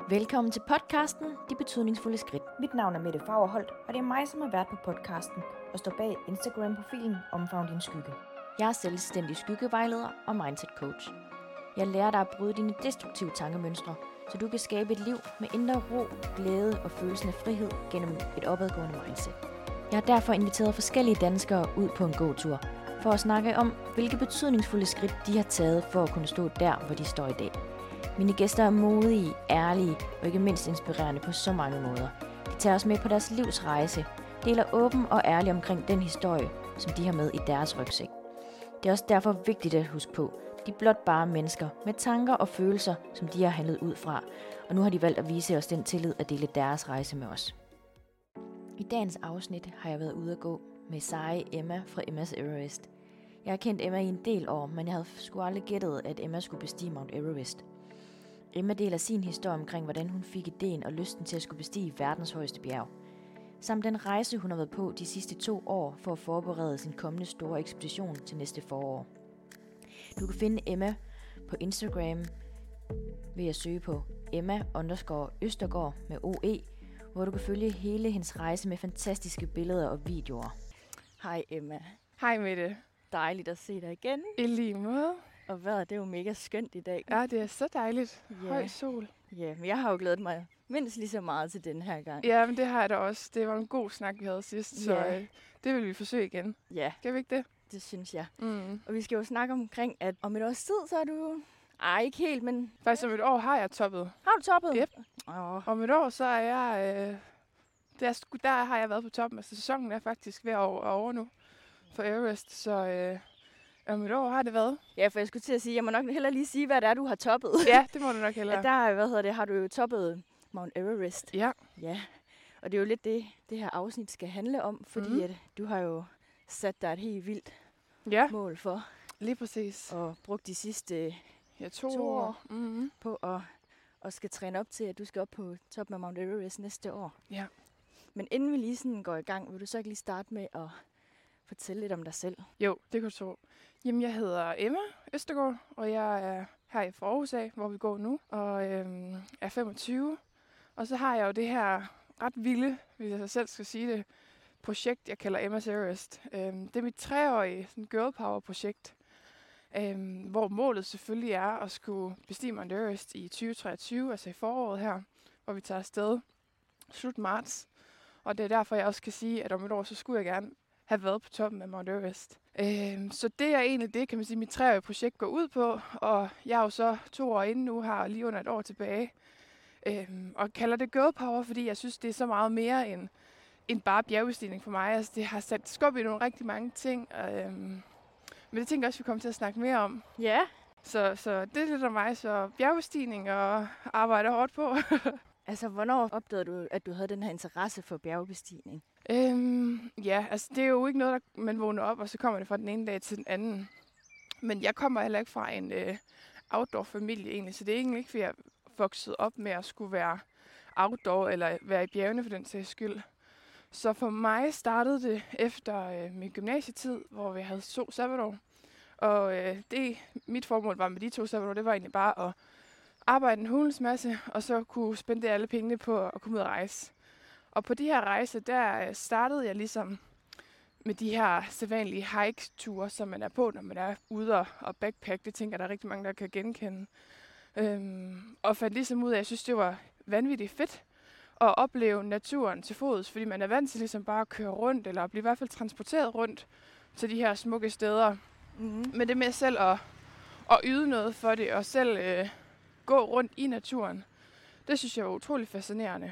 Velkommen til podcasten De Betydningsfulde Skridt. Mit navn er Mette Fagerholt, og det er mig, som har været på podcasten og står bag Instagram-profilen Omfavn din skygge. Jeg er selvstændig skyggevejleder og mindset coach. Jeg lærer dig at bryde dine destruktive tankemønstre, så du kan skabe et liv med indre ro, glæde og følelsen af frihed gennem et opadgående mindset. Jeg har derfor inviteret forskellige danskere ud på en gåtur for at snakke om, hvilke betydningsfulde skridt de har taget for at kunne stå der, hvor de står i dag. Mine gæster er modige, ærlige og ikke mindst inspirerende på så mange måder. De tager os med på deres livs rejse, deler åben og ærlig omkring den historie, som de har med i deres rygsæk. Det er også derfor vigtigt at huske på, de er blot bare mennesker med tanker og følelser, som de har handlet ud fra, og nu har de valgt at vise os den tillid at dele deres rejse med os. I dagens afsnit har jeg været ude at gå med seje Emma fra Emmas Everest. Jeg har kendt Emma i en del år, men jeg havde sgu aldrig gættet, at Emma skulle bestige Mount Everest. Emma deler sin historie omkring, hvordan hun fik ideen og lysten til at skulle bestige verdens højeste bjerg. Samt den rejse, hun har været på de sidste 2 år for at forberede sin kommende store ekspedition til næste forår. Du kan finde Emma på Instagram ved at søge på Emma_Østergaard med OE, hvor du kan følge hele hendes rejse med fantastiske billeder og videoer. Hej Emma. Hej Mette. Dejligt at se dig igen. I lige måde. Og vejret, det er jo mega skønt i dag. Ja, det er så dejligt. Ja. Høj sol. Ja, men jeg har jo glædet mig mindst lige så meget til den her gang. Ja, men det har jeg da også. Det var en god snak, vi havde sidst, så det vil vi forsøge igen. Ja, Kan vi ikke det? det synes jeg. Mm. Og vi skal jo snakke omkring, at om et års tid, så er du... Ej, ikke helt, men... Faktisk om et år har jeg toppet. Har du toppet? Yep. Åh. Om et år, så er jeg... Der har jeg været på toppen. Altså sæsonen er faktisk ved at over nu for Everest, så... Om et år har det været. Ja, for jeg skulle til at sige, jeg må nok heller lige sige, hvad det er, du har toppet. Ja, det må du nok hellere. Ja, der, har du jo toppet Mount Everest. Ja. Ja, og det er jo lidt det her afsnit skal handle om, fordi at du har jo sat dig et helt vildt mål for. Lige præcis. Og brugt de sidste 2 år. Mm-hmm. på at skal træne op til, at du skal op på toppen af Mount Everest næste år. Ja. Men inden vi lige sådan går i gang, vil du så ikke lige starte med at fortælle lidt om dig selv? Jo, det kan du tro. Jamen, jeg hedder Emma Østergaard, og jeg er her i Aarhus af, hvor vi går nu, og er 25. Og så har jeg jo det her ret vilde, hvis jeg selv skal sige det, projekt, jeg kalder Emma's Everest. Det er mit 3-årige girl power projekt, hvor målet selvfølgelig er at skulle bestige Mount Everest i 2023, altså i foråret her, hvor vi tager afsted slut marts. Og det er derfor, jeg også kan sige, at om et år, så skulle jeg gerne have været på toppen af Mount Everest. Så det er egentlig det, kan man sige, mit 3-årige projekt går ud på. Og jeg er jo så 2 år inde nu, har lige under et år tilbage. Og kalder det girl power, fordi jeg synes, det er så meget mere end bare bjergbestigning for mig. Altså, det har sat skub i nogle rigtig mange ting. Men det tænker jeg også, vi kommer til at snakke mere om. Ja. Så det er lidt om mig, så bjergbestigning og arbejder hårdt på. Altså, hvornår opdagede du, at du havde den her interesse for bjergbestigning? Ja, altså det er jo ikke noget, der man vågner op, og så kommer det fra den ene dag til den anden. Men jeg kommer heller ikke fra en outdoor-familie egentlig, så det er egentlig ikke, fordi jeg voksede op med at skulle være outdoor eller være i bjergene for den sags skyld. Så for mig startede det efter min gymnasietid, hvor vi havde 2 sabbatår. Og mit formål var med de 2 sabbatår, det var egentlig bare at arbejde en hulens masse, og så kunne spendere alle pengene på at komme ud og rejse. Og på de her rejser, der startede jeg ligesom med de her sædvanlige hike-ture, som man er på, når man er ude og backpack. Det tænker jeg, der er rigtig mange, der kan genkende. Og fandt ligesom ud af, at jeg synes, det var vanvittigt fedt at opleve naturen til fods, fordi man er vant til ligesom bare at køre rundt, eller at blive i hvert fald transporteret rundt til de her smukke steder. Mm-hmm. Men det med selv at yde noget for det, og selv gå rundt i naturen, det synes jeg var utrolig fascinerende.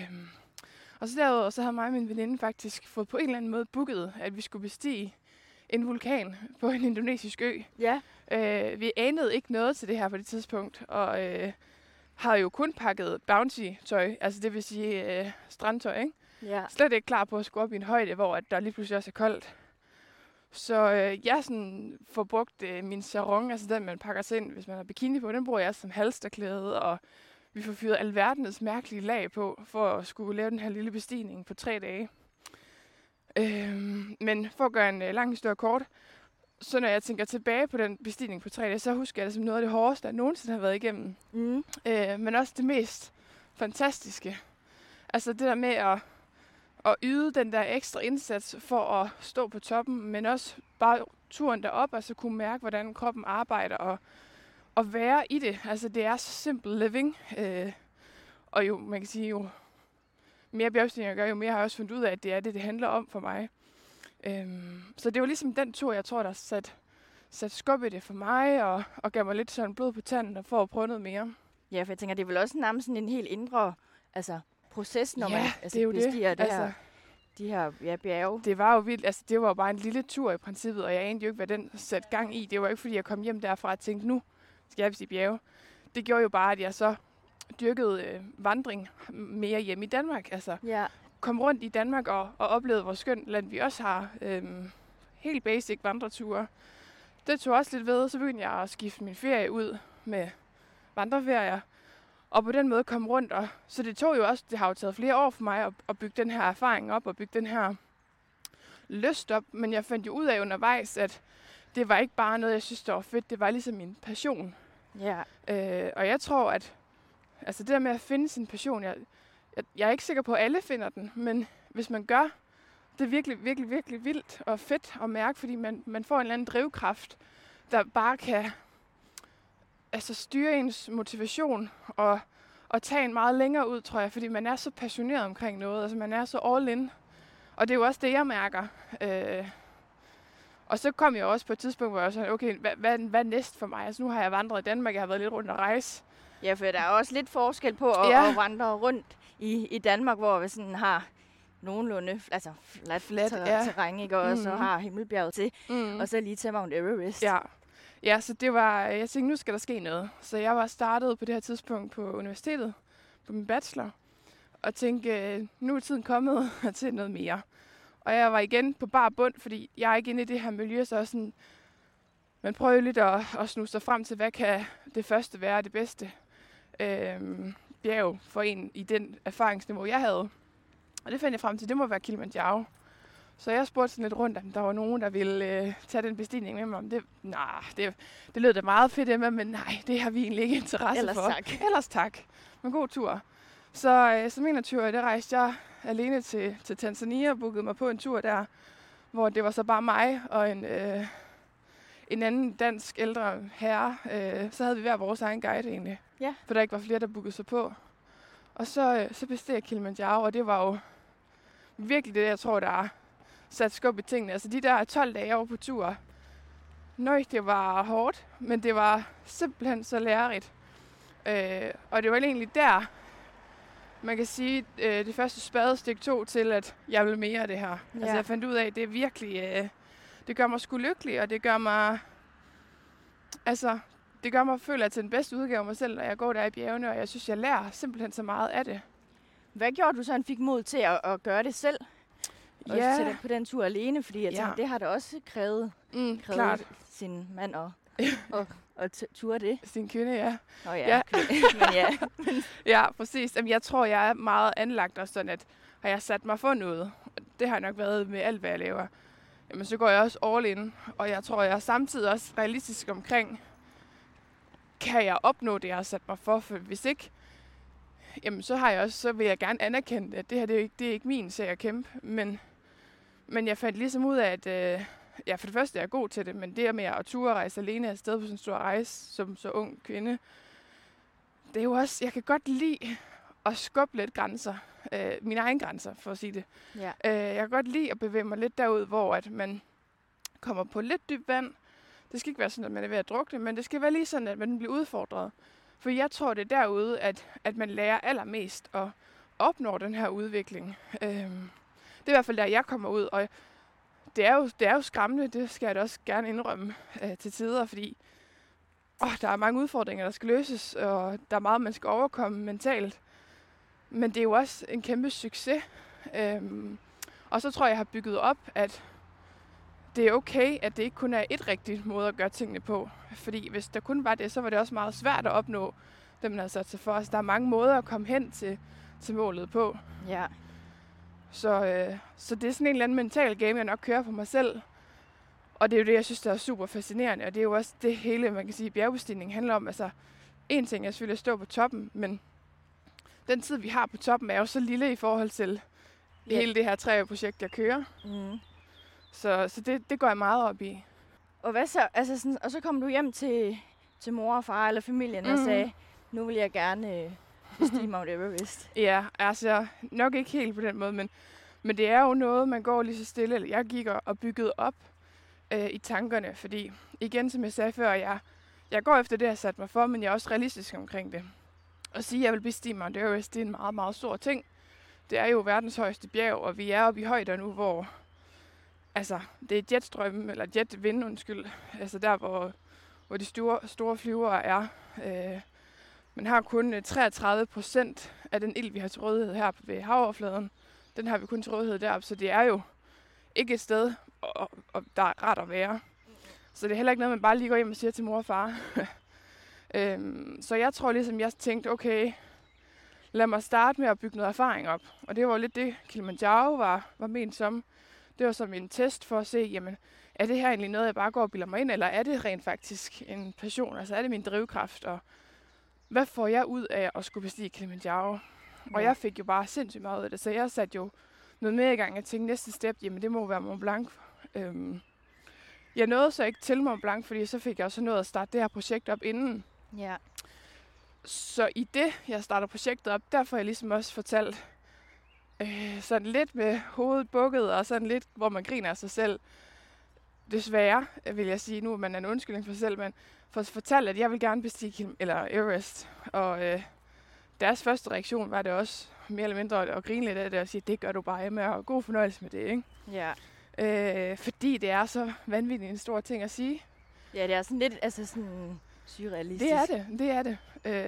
Og så derudover, så havde mig og min veninde faktisk fået på en eller anden måde booket, at vi skulle bestige en vulkan på en indonesisk ø. Ja. Vi anede ikke noget til det her på det tidspunkt, og havde jo kun pakket bounty-tøj, altså det vil sige strandtøj, ikke? Ja. Slet ikke klar på at skulle op i en højde, hvor der lige pludselig også er koldt. Så jeg sådan får brugt min sarong, altså den man pakker sig ind, hvis man har bikini på, den bruger jeg som halsterklæde, og vi får fyret alverdens mærkelige lag på, for at skulle lave den her lille bestigning på 3 dage. Men for at gøre en lang historie kort, så når jeg tænker tilbage på den bestigning på 3 dage, så husker jeg det som noget af det hårdeste, jeg nogensinde har været igennem. Mm. Men også det mest fantastiske. Altså det der med at yde den der ekstra indsats for at stå på toppen, men også bare turen derop, altså kunne mærke, hvordan kroppen arbejder og være i det. Altså det er så simple living. Og jo, man kan sige, jo mere bjergbestigning jeg gør, jo mere har jeg også fundet ud af, at det er det handler om for mig. Så det var ligesom den tur, jeg tror, der sat skub i det for mig, og gav mig lidt sådan blod på tanden for at prøve noget mere. Ja, for jeg tænker, det er vel også nærmest sådan en helt indre proces, når man bestiger de her bjerge. Det var jo vildt. Altså, det var jo bare en lille tur i princippet, og jeg anede jo ikke, hvad den satte gang i. Det var jo ikke, fordi jeg kom hjem derfra og tænkte, nu skal jeg bestige bjerge. Det gjorde jo bare, at jeg så dyrkede vandring mere hjemme i Danmark. Altså, kom rundt i Danmark og oplevede, hvor skønt land vi også har. Helt basic vandreture. Det tog også lidt ved, så begyndte jeg at skifte min ferie ud med vandreferier. Og på den måde komme rundt. Så det tog jo også, det har jo taget flere år for mig at bygge den her erfaring op og bygge den her lyst op. Men jeg fandt jo ud af undervejs, at det var ikke bare noget, jeg synes, der var fedt. Det var ligesom min passion. Ja. Og jeg tror, at altså det der med at finde sin passion, jeg er ikke sikker på, at alle finder den. Men hvis man gør, det er virkelig, virkelig, virkelig vildt og fedt at mærke, fordi man får en eller anden drivkraft, der bare kan styre ens motivation og tage en meget længere ud, tror jeg, fordi man er så passioneret omkring noget, altså man er så all in. Og det er jo også det, jeg mærker. Og så kom jeg også på et tidspunkt, hvor jeg sagde, okay, hvad næst for mig? Altså nu har jeg vandret i Danmark, jeg har været lidt rundt og rejse. Ja, for der er også lidt forskel på at vandre rundt i Danmark, hvor vi sådan har nogenlunde flat terræn, ikke? Og så har Himmelbjerget til, og så lige til Mount Everest. Ja, så det var, jeg tænkte, nu skal der ske noget. Så jeg var startet på det her tidspunkt på universitetet, på min bachelor, og tænkte, nu er tiden kommet til noget mere. Og jeg var igen på bar bund, fordi jeg er ikke inde i det her miljø, så sådan, man prøver lidt at snuse sig frem til, hvad kan det første være det bedste bjerg for en i den erfaringsniveau, jeg havde. Og det fandt jeg frem til, det må være Kilimanjaro. Så jeg spurgte sådan lidt rundt, om der var nogen, der ville tage den bestigning med mig. Det lød da meget fedt, men nej, det har vi egentlig ikke interesse for. Ellers tak. Men god tur. Så som 21-årig, der rejste jeg alene til Tanzania og bookede mig på en tur der, hvor det var så bare mig og en anden dansk ældre herre. Så havde vi hver vores egen guide egentlig, for der ikke var flere, der bookede sig på. Og så besteg jeg Kilimanjaro, og det var jo virkelig det, jeg tror, der er sat skub i tingene. Altså de der 12 dage over på tur, det var hårdt, men det var simpelthen så lærerigt. Og det var egentlig der, man kan sige, det første spadestik tog til, at jeg ville mere af det her. Ja. Altså jeg fandt ud af, at det er virkelig, det gør mig sgu lykkelig, og det gør mig føle, at til den bedste udgave af mig selv, når jeg går der i bjergene, og jeg synes, jeg lærer simpelthen så meget af det. Hvad gjorde du så, fik mod til at gøre det selv? Og sætte dig på den tur alene, fordi jeg tænkte, det har da også krævet sin mand og ture det. Sin kvinde, ja. Ja, præcis. Jamen, jeg tror, jeg er meget anlagt og sådan, at har jeg sat mig for noget, det har nok været med alt, hvad jeg laver, jamen så går jeg også all in, og jeg tror, jeg er samtidig også realistisk omkring, kan jeg opnå det, jeg har sat mig for hvis ikke, jamen så vil jeg gerne anerkende, at det her, det er ikke min sag at kæmpe, men jeg fandt ligesom ud af, at for det første er jeg god til det, men det med at ture og rejse alene afsted på sådan en stor rejse, som så ung kvinde, det er jo også, jeg kan godt lide at skubbe lidt grænser, mine egne grænser, for at sige det. Ja. Jeg kan godt lide at bevæge mig lidt derud, hvor at man kommer på lidt dybt vand. Det skal ikke være sådan, at man er ved at drukne, men det skal være lige sådan, at man bliver udfordret. For jeg tror, det er derude, at man lærer allermest og opnår den her udvikling. Det er i hvert fald der, jeg kommer ud, og det er jo skræmmende, det skal jeg da også gerne indrømme til tider, fordi der er mange udfordringer, der skal løses, og der er meget, man skal overkomme mentalt. Men det er jo også en kæmpe succes. Og så tror jeg har bygget op, at det er okay, at det ikke kun er et rigtigt måde at gøre tingene på. Fordi hvis der kun var det, så var det også meget svært at opnå det, man har sat sig for. Altså, der er mange måder at komme hen til målet på. Ja. Så det er sådan en eller anden mental game, jeg nok kører for mig selv. Og det er jo det, jeg synes, der er super fascinerende. Og det er jo også det hele, man kan sige, bjergbestigning handler om. Altså, en ting er selvfølgelig at stå på toppen, men den tid, vi har på toppen, er jo så lille i forhold til hele det her 3-årige-projekt, jeg kører. Så det går jeg meget op i. Og hvad så? Altså sådan, og så kom du hjem til mor og far eller familien og sagde, nu vil jeg gerne bestige Mount Everest. Ja, altså nok ikke helt på den måde, men det er jo noget, man går lige så stille. Eller jeg gik og byggede op i tankerne, fordi igen, som jeg sagde før, jeg går efter det, jeg har sat mig for, men jeg er også realistisk omkring det. At sige, at jeg vil bestige Mount Everest, det er en meget, meget stor ting. Det er jo verdens højeste bjerg, og vi er oppe i højder nu, hvor altså, det er jetstrømmen, eller jetvind, undskyld. Altså der, hvor de store flyvere er. Man har kun 33% af den ild, vi har til rådighed her ved havoverfladen. Den har vi kun til rådighed deroppe, så det er jo ikke et sted, og der er rart at være. Så det er heller ikke noget, man bare lige går hjem og siger til mor og far. Så jeg tror ligesom, jeg tænkte, okay, lad mig starte med at bygge noget erfaring op. Og det var lidt det, Kilimanjaro var ment som. Det var som en test for at se, jamen, er det her egentlig noget, jeg bare går og bilder mig ind, eller er det rent faktisk en passion? Altså er det min drivkraft, og hvad får jeg ud af at skulle bestige Kilimanjaro? Og jeg fik jo bare sindssygt meget ud af det, så jeg satte jo noget mere i gang. Jeg tænkte, næste step, jamen det må være Mont Blanc. Jeg nåede så ikke til Mont Blanc, fordi så fik jeg også nået at starte det her projekt op inden. Ja. Så i det, jeg starter projektet op, der får jeg ligesom også fortalt sådan lidt med hovedet bukket, og sådan lidt, hvor man griner af sig selv. Desværre, vil jeg sige, nu er man en undskyldning for sig selv, men for at fortælle, at jeg vil gerne bestige Everest. Og deres første reaktion var det også mere eller mindre at grine lidt af det og sige, det gør du bare, Emma, og god fornøjelse med det, ikke? Ja. Fordi det er så vanvittigt en stor ting at sige. Ja, det er sådan lidt sådan surrealistisk. Det er det.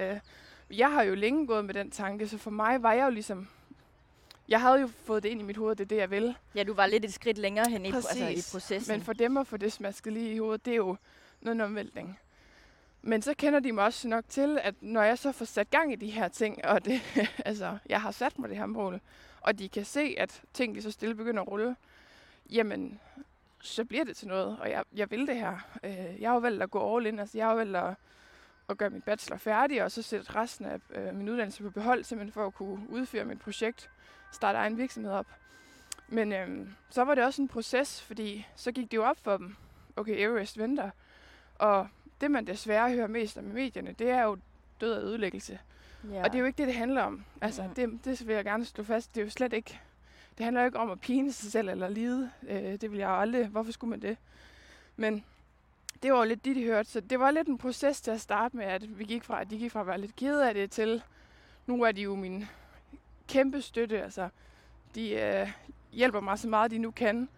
Jeg har jo længe gået med den tanke, så for mig var jeg jo ligesom, jeg havde jo fået det ind i mit hoved, det er det, jeg vil. Ja, du var lidt et skridt længere hen i processen. Men for dem at få det smasket lige i hovedet, det er jo noget omvæltning. Men så kender de mig også nok til, at når jeg så får sat gang i de her ting, og det, altså, jeg har sat mig det her mål, og de kan se, at ting lige så stille begynder at rulle, jamen, så bliver det til noget, og jeg vil det her. Jeg har jo valgt at gå all in, altså jeg har jo valgt at gøre min bachelor færdig, og så sætte resten af min uddannelse på behold, simpelthen for at kunne udføre mit projekt, starte egen virksomhed op. Men så var det også en proces, fordi så gik det jo op for dem. Okay, Everest venter. Og det, man desværre hører mest om i medierne, det er jo død og ødelæggelse. Ja. Og det er jo ikke det handler om. Altså, det vil jeg gerne slå fast. Det er jo slet ikke. Det handler jo ikke om at pine sig selv eller lide. Det vil jeg jo aldrig. Hvorfor skulle man det? Men det var jo lidt de hørte. Så det var lidt en proces til at starte med, at de gik fra at være lidt kede af det til, nu er de jo min kæmpe støtte. Altså, de hjælper mig så meget, de nu kan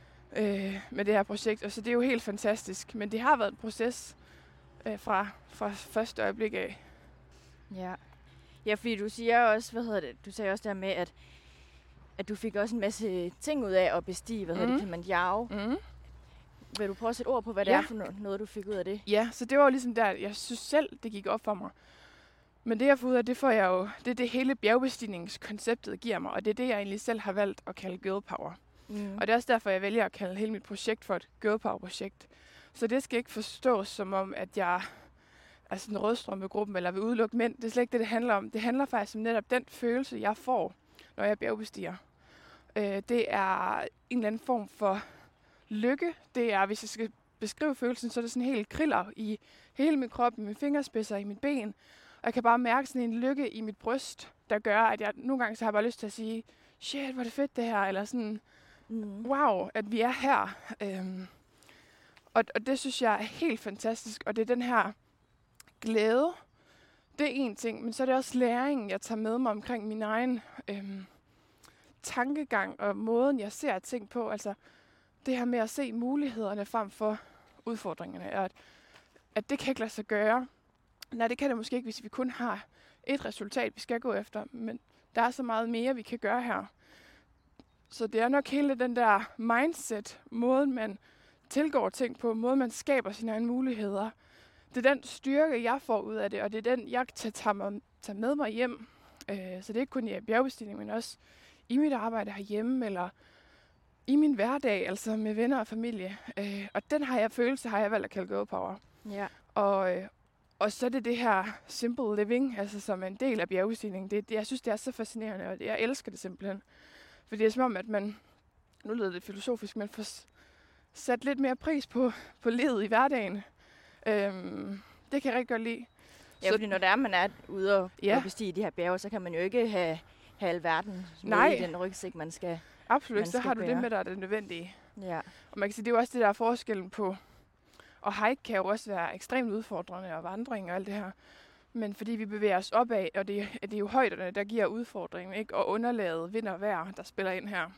med det her projekt. Og så det er jo helt fantastisk. Men det har været en proces fra første øjeblik af. Ja. Ja, fordi du siger også, du sagde også der med, at du fik også en masse ting ud af at bestige, Kilimanjaro. Vil du prøve at sætte ord på, hvad det er for noget, du fik ud af det? Ja, så det var ligesom der, jeg synes selv, det gik op for mig. Men det jeg får ud af, det får jeg jo, det er det hele bjergbestigningskonceptet giver mig, og det er det, jeg egentlig selv har valgt at kalde girl power. Og det er også derfor, jeg vælger at kalde hele mit projekt for et girl power projekt. Så det skal ikke forstås som om, at jeg er sådan en rødstrømpegruppen, eller vil udelukke mænd. Det er slet ikke det, det handler om. Det handler faktisk om netop den følelse, jeg får, når jeg bjergbestiger. Det er en eller anden form for lykke. Det er, hvis jeg skal beskrive følelsen, så er det sådan helt kriller i hele min krop, i mine fingerspidser, i mit ben. Og jeg kan bare mærke sådan en lykke i mit bryst, der gør, at jeg nogle gange så har bare lyst til at sige, shit, hvor er det fedt det her, eller sådan, wow, at vi er her. Og det synes jeg er helt fantastisk, og det er den her glæde. Det er en ting, men så er det også læringen, jeg tager med mig omkring min egen tankegang og måden, jeg ser ting på. Altså det her med at se mulighederne frem for udfordringerne, og at det kan ikke lade sig gøre. Nej, det kan det måske ikke, hvis vi kun har et resultat, vi skal gå efter, men der er så meget mere, vi kan gøre her. Så det er nok hele den der mindset, måden man tilgår ting på, måden man skaber sine egne muligheder. Det er den styrke, jeg får ud af det, og det er den, jeg tager med mig hjem. Så det er ikke kun i bjergbestigning, men også i mit arbejde herhjemme, eller i min hverdag, altså med venner og familie. Og den har jeg valgt at kalde girl power. Ja. Og så er det her simple living, altså som er en del af bjergbestigningen. Jeg synes, det er så fascinerende, og jeg elsker det simpelthen. For det er som om, at man, nu lyder det filosofisk, men får sat lidt mere pris på livet i hverdagen. Det kan jeg rigtig godt lide. Ja, fordi når man er ude og bestige de her bjerge, så kan man jo ikke have alverden med i den rygsæk, man skal. Absolut, så har du det med, der er det nødvendige. Ja. Og man kan sige, det er jo også det, der er forskellen på. Og hike kan jo også være ekstremt udfordrende, og vandring og alt det her. Men fordi vi bevæger os opad, og det er jo højderne, der giver udfordringen, ikke? Og underlaget, vind og vejr, der spiller ind her.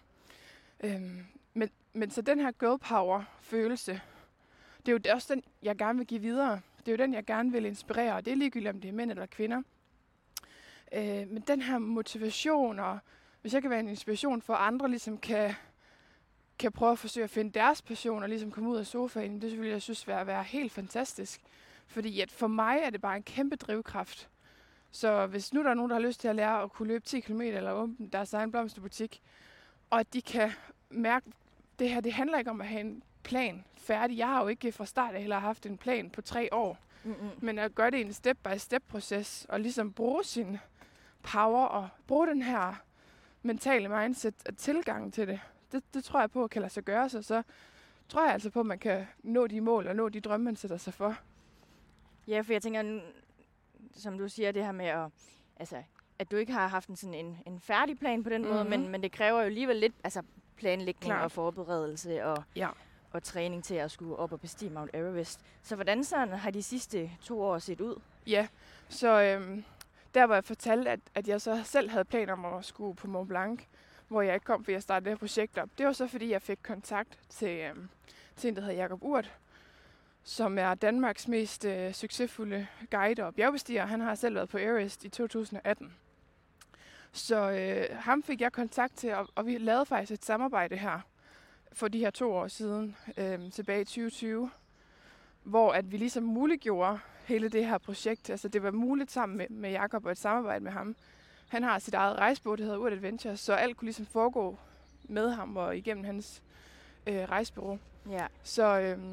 Men så den her girl power følelse, det er jo også den, jeg gerne vil give videre. Det er jo den, jeg gerne vil inspirere, og det er ligegyldigt, om det er mænd eller kvinder. Men den her motivation, og hvis jeg kan være en inspiration for andre, ligesom kan prøve at forsøge at finde deres passion, og ligesom komme ud af sofaen, det vil jeg synes være helt fantastisk. Fordi at for mig er det bare en kæmpe drivkraft. Så hvis nu der er nogen, der har lyst til at lære at kunne løbe 10 km eller åbne deres egen blomsterbutik, og at de kan mærke, det her, det handler ikke om at have en plan færdig. Jeg har jo ikke fra start af heller haft en plan på 3 år. Men at gøre det i en step-by-step-proces, og ligesom bruge sin power, og bruge den her mentale mindset og tilgang til det. Det tror jeg på at kan lade sig gøre, så tror jeg altså på, at man kan nå de mål og nå de drømme, man sætter sig for. Ja, for jeg tænker, som du siger, det her med at du ikke har haft en færdig plan på den måde, men det kræver jo alligevel lidt planlægning og forberedelse og træning til at skulle op og bestige Mount Everest. Så hvordan sådan har de sidste 2 år set ud? Ja, så der hvor jeg fortalte, at jeg så selv havde planer om at skulle på Mont Blanc, hvor jeg ikke kom, fordi jeg startede det her projekt op. Det var så, fordi jeg fik kontakt til en, der hedder Jakob Urt, som er Danmarks mest succesfulde guide og bjergbestiger. Han har selv været på Everest i 2018. Så ham fik jeg kontakt til, og vi lavede faktisk et samarbejde her for de her 2 år siden, tilbage i 2020, hvor at vi ligesom muliggjorde hele det her projekt. Altså det var muligt sammen med Jakob og et samarbejde med ham. Han har sit eget rejsebureau, det hedder Urt Adventures, så alt kunne ligesom foregå med ham og igennem hans rejsebureau. Ja. Så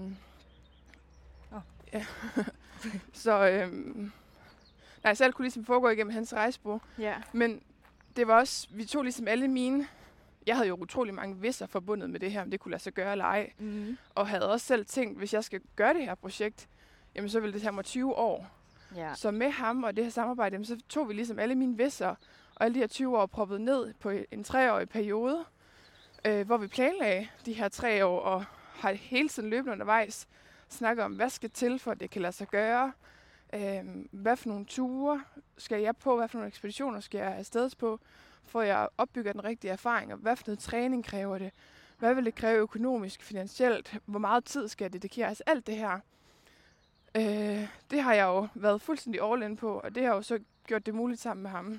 så alt kunne ligesom foregå igennem hans rejsebureau. Ja. Men det var også, vi tog ligesom alle mine. Jeg havde jo utrolig mange hvis'er forbundet med det her, om det kunne lade sig gøre eller ej. Og havde også selv tænkt, hvis jeg skal gøre det her projekt, jamen så ville det tage mig 20 år. Ja. Så med ham og det her samarbejde, jamen, så tog vi ligesom alle mine hvis'er og alle de her 20 år proppet ned på en 3-årig periode, hvor vi planlagde de her 3 år og har hele tiden løbende undervejs snakket om, hvad skal til for, at det kan lade sig gøre. Hvad for nogle ture skal jeg på, hvad for nogle ekspeditioner skal jeg afsted på, for at jeg opbygger den rigtige erfaring, og hvad for noget træning kræver det, hvad vil det kræve økonomisk, finansielt, hvor meget tid skal jeg dedikere, altså alt det her. Det har jeg jo været fuldstændig all in på, og det har jo så gjort det muligt sammen med ham.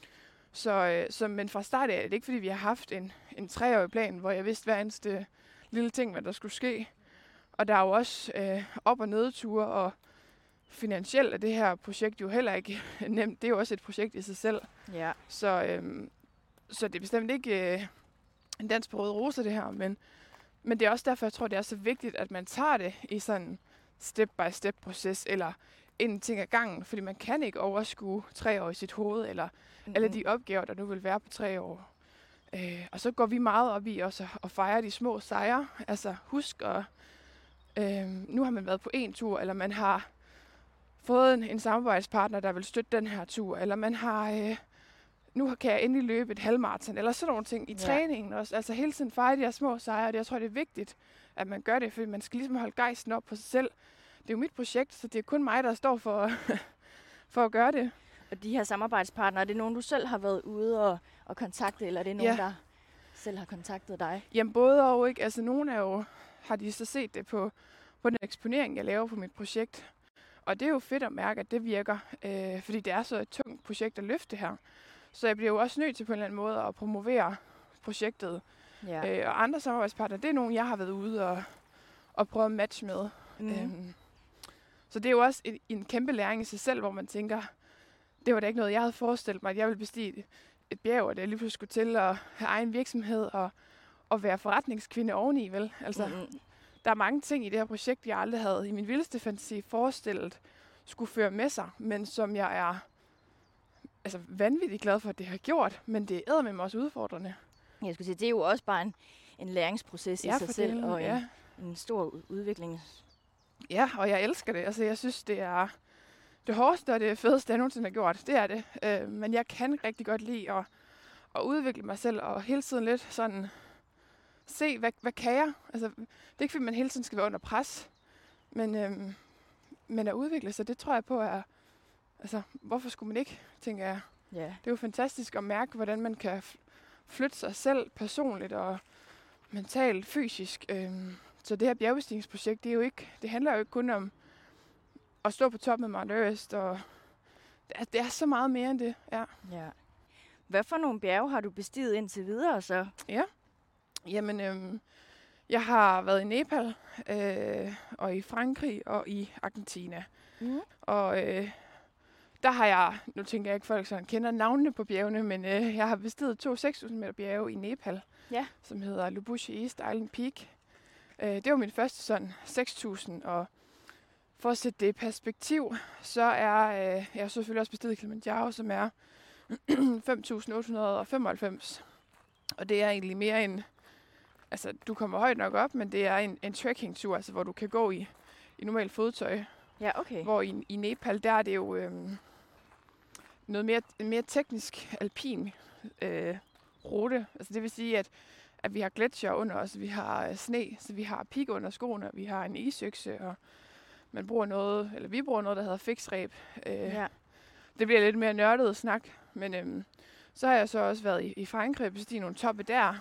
Men fra start af er det ikke, fordi vi har haft en 3-årig plan, hvor jeg vidste hver eneste lille ting, hvad der skulle ske. Og der er jo også op- og nedture, og finansielt er det her projekt jo heller ikke nemt. Det er jo også et projekt i sig selv. Ja. Så det er bestemt ikke en dans på røde roser, det her. Men det er også derfor, jeg tror, det er så vigtigt, at man tager det i sådan step-by-step-proces, eller en ting ad gangen, fordi man kan ikke overskue 3 år i sit hoved, eller alle de opgaver, der nu vil være på 3 år. Og så går vi meget op i også at fejre de små sejre. Altså husk at nu har man været på en tur, eller man har fået en samarbejdspartner, der vil støtte den her tur, eller man har nu kan jeg endelig løbe et halvmaraton, eller sådan nogle ting i træningen også. Altså hele tiden fejre de her små sejre, og jeg tror, det er vigtigt, at man gør det, fordi man skal ligesom holde gejsten op på sig selv. Det er jo mit projekt, så det er kun mig, der står for at gøre det. Og de her samarbejdspartnere, er det nogen, du selv har været ude og kontakte, eller er det nogen, der selv har kontaktet dig? Jamen både og, ikke? Altså nogle er jo, har de så set det på den eksponering, jeg laver på mit projekt. Og det er jo fedt at mærke, at det virker, fordi det er så et tungt projekt at løfte her. Så jeg bliver jo også nødt til på en eller anden måde at promovere projektet. Ja. Og andre samarbejdspartnere, det er nogen, jeg har været ude og prøve at matche med. Så det er jo også en kæmpe læring i sig selv, hvor man tænker, det var da ikke noget, jeg havde forestillet mig, at jeg ville bestige et bjerg, og det lige pludselig skulle til at have egen virksomhed og være forretningskvinde oveni, vel? Altså, der er mange ting i det her projekt, jeg aldrig havde i min vildeste fantasi forestillet skulle føre med sig, men som jeg er vanvittigt glad for, at det har gjort, men det er eddermame også udfordrende. Jeg skulle sige, det er jo også bare en læringsproces i sig selv, delen, og en stor udvikling. Ja, og jeg elsker det. Altså, jeg synes, det er det hårdeste og det fedeste, jeg nogensinde har gjort. Det er det. Men jeg kan rigtig godt lide at udvikle mig selv, og hele tiden lidt sådan se, hvad kan jeg? Altså, det er ikke, fordi man hele tiden skal være under pres, men at udvikle sig, det tror jeg på er, altså, hvorfor skulle man ikke, tænker jeg. Ja. Det er jo fantastisk at mærke, hvordan man kan flytte sig selv personligt og mentalt, fysisk. Så det her bjergbestigningsprojekt, det handler jo ikke kun om at stå på toppen af Mount Everest, og det er så meget mere end det. Ja. Hvad for nogle bjerge har du bestiget indtil videre så? Ja. Jamen, jeg har været i Nepal, og i Frankrig og i Argentina. Og der har jeg, nu tænker jeg ikke, folk sådan kender navnene på bjergene, men jeg har bestiget 2 6.000 meter bjerge i Nepal, som hedder Lubushi East Island Peak. Det var min første sådan 6.000, og for at sætte det i perspektiv, så er jeg selvfølgelig også bestiget Kilimanjaro, som er 5.895. Og det er egentlig mere en, altså du kommer højt nok op, men det er en trekking-tur, altså hvor du kan gå i normal fodtøj. Ja, okay. Hvor i Nepal, der er det jo noget mere teknisk alpin rute. Altså det vil sige, at vi har gletsjer under os, vi har sne, så vi har pig under skoene, vi har en isøkse, og vi bruger noget, der hedder fiksreb. Det bliver lidt mere nørdet snak, men så har jeg så også været i Frankrig og bestiget nogle toppe der.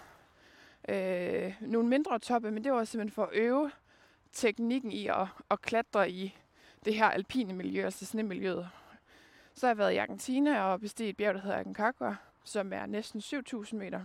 Nogle mindre toppe, men det var simpelthen for at øve teknikken i at klatre i det her alpine miljø, altså snemiljøet. Så har jeg været i Argentina og bestiget et bjerg, der hedder Aconcagua, som er næsten 7.000 meter.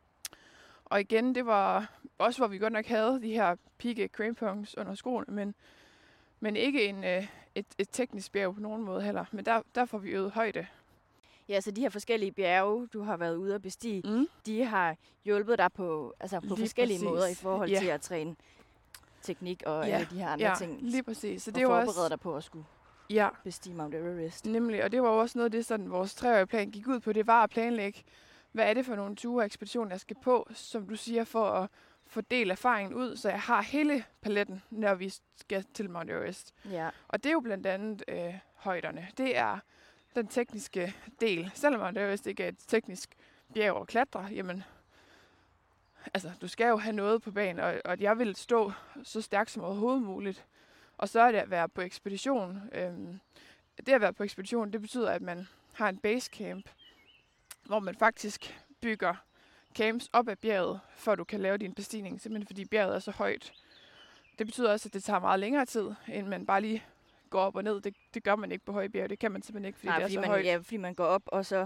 Og igen, det var også, hvor vi godt nok havde de her pigge crampons under skoene, men ikke et teknisk bjerg på nogen måde heller. Men der får vi øvet højde. Ja, så de her forskellige bjerge, du har været ude at bestige, de har hjulpet dig på forskellige måder i forhold til at træne teknik og alle de her andre ting. Lige præcis. Så det var forberede dig på at skulle bestige Mount Everest. Nemlig, og det var også noget af det, sådan, vores 3-årige plan gik ud på. Det var at planlægge, hvad er det for nogle ture og ekspeditioner, jeg skal på, som du siger, for at fordele erfaringen ud, så jeg har hele paletten, når vi skal til Mount Everest. Ja. Og det er jo blandt andet højderne. Det er den tekniske del. Selvom Mount Everest ikke er et teknisk bjerg at klatre, jamen, altså, du skal jo have noget på banen, og jeg vil stå så stærkt som overhovedet muligt. Og så er det at være på ekspedition. Det at være på ekspedition, det betyder, at man har en basecamp, hvor man faktisk bygger camps op ad bjerget, for at du kan lave din bestigning, simpelthen fordi bjerget er så højt. Det betyder også, at det tager meget længere tid, end man bare lige går op og ned. Det gør man ikke på høje bjerg. Det kan man simpelthen ikke, fordi det er så højt. Ja, fordi man går op, og så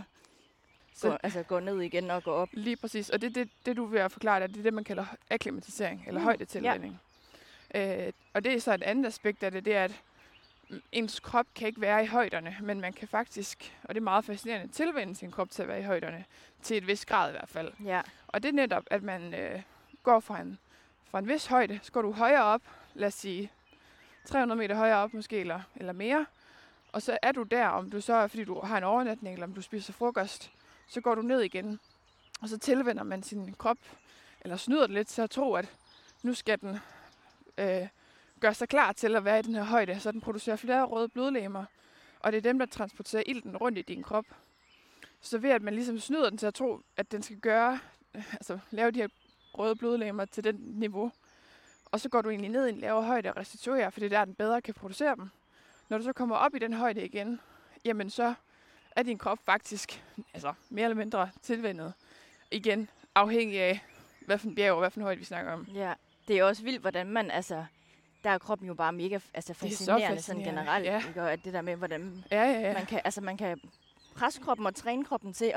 går ned igen og går op. Lige præcis. Og det du vil forklare dig, det er det, man kalder akklimatisering, eller højdetilvænning. Ja. Og det er så et andet aspekt af det, det er, at ens krop kan ikke være i højderne, men man kan faktisk, og det er meget fascinerende, tilvænne sin krop til at være i højderne, til et vis grad i hvert fald. Ja. Og det er netop, at man går fra en vis højde, så går du højere op, lad os sige 300 meter højere op måske, eller mere, og så er du der, om du så er, fordi du har en overnatning, eller om du spiser frokost, så går du ned igen, og så tilvænner man sin krop, eller snyder det lidt til at tro, at nu skal den gøre sig klar til at være i den her højde, så den producerer flere røde blodlegemer, og det er dem, der transporterer ilten rundt i din krop. Så ved at man ligesom snyder den til at tro, at den skal lave de her røde blodlegemer til den niveau, og så går du egentlig ned i en lavere højde og restituerer, for det er der, den bedre kan producere dem. Når du så kommer op i den højde igen, jamen så er din krop faktisk mere eller mindre tilvænnet igen, afhængig af, hvad for en bjerg og hvad for en højde vi snakker om. Ja, det er også vildt, hvordan man, der er kroppen jo bare mega fascinerende sådan generelt, ikke? Og at det der med, hvordan man kan presse kroppen og træne kroppen til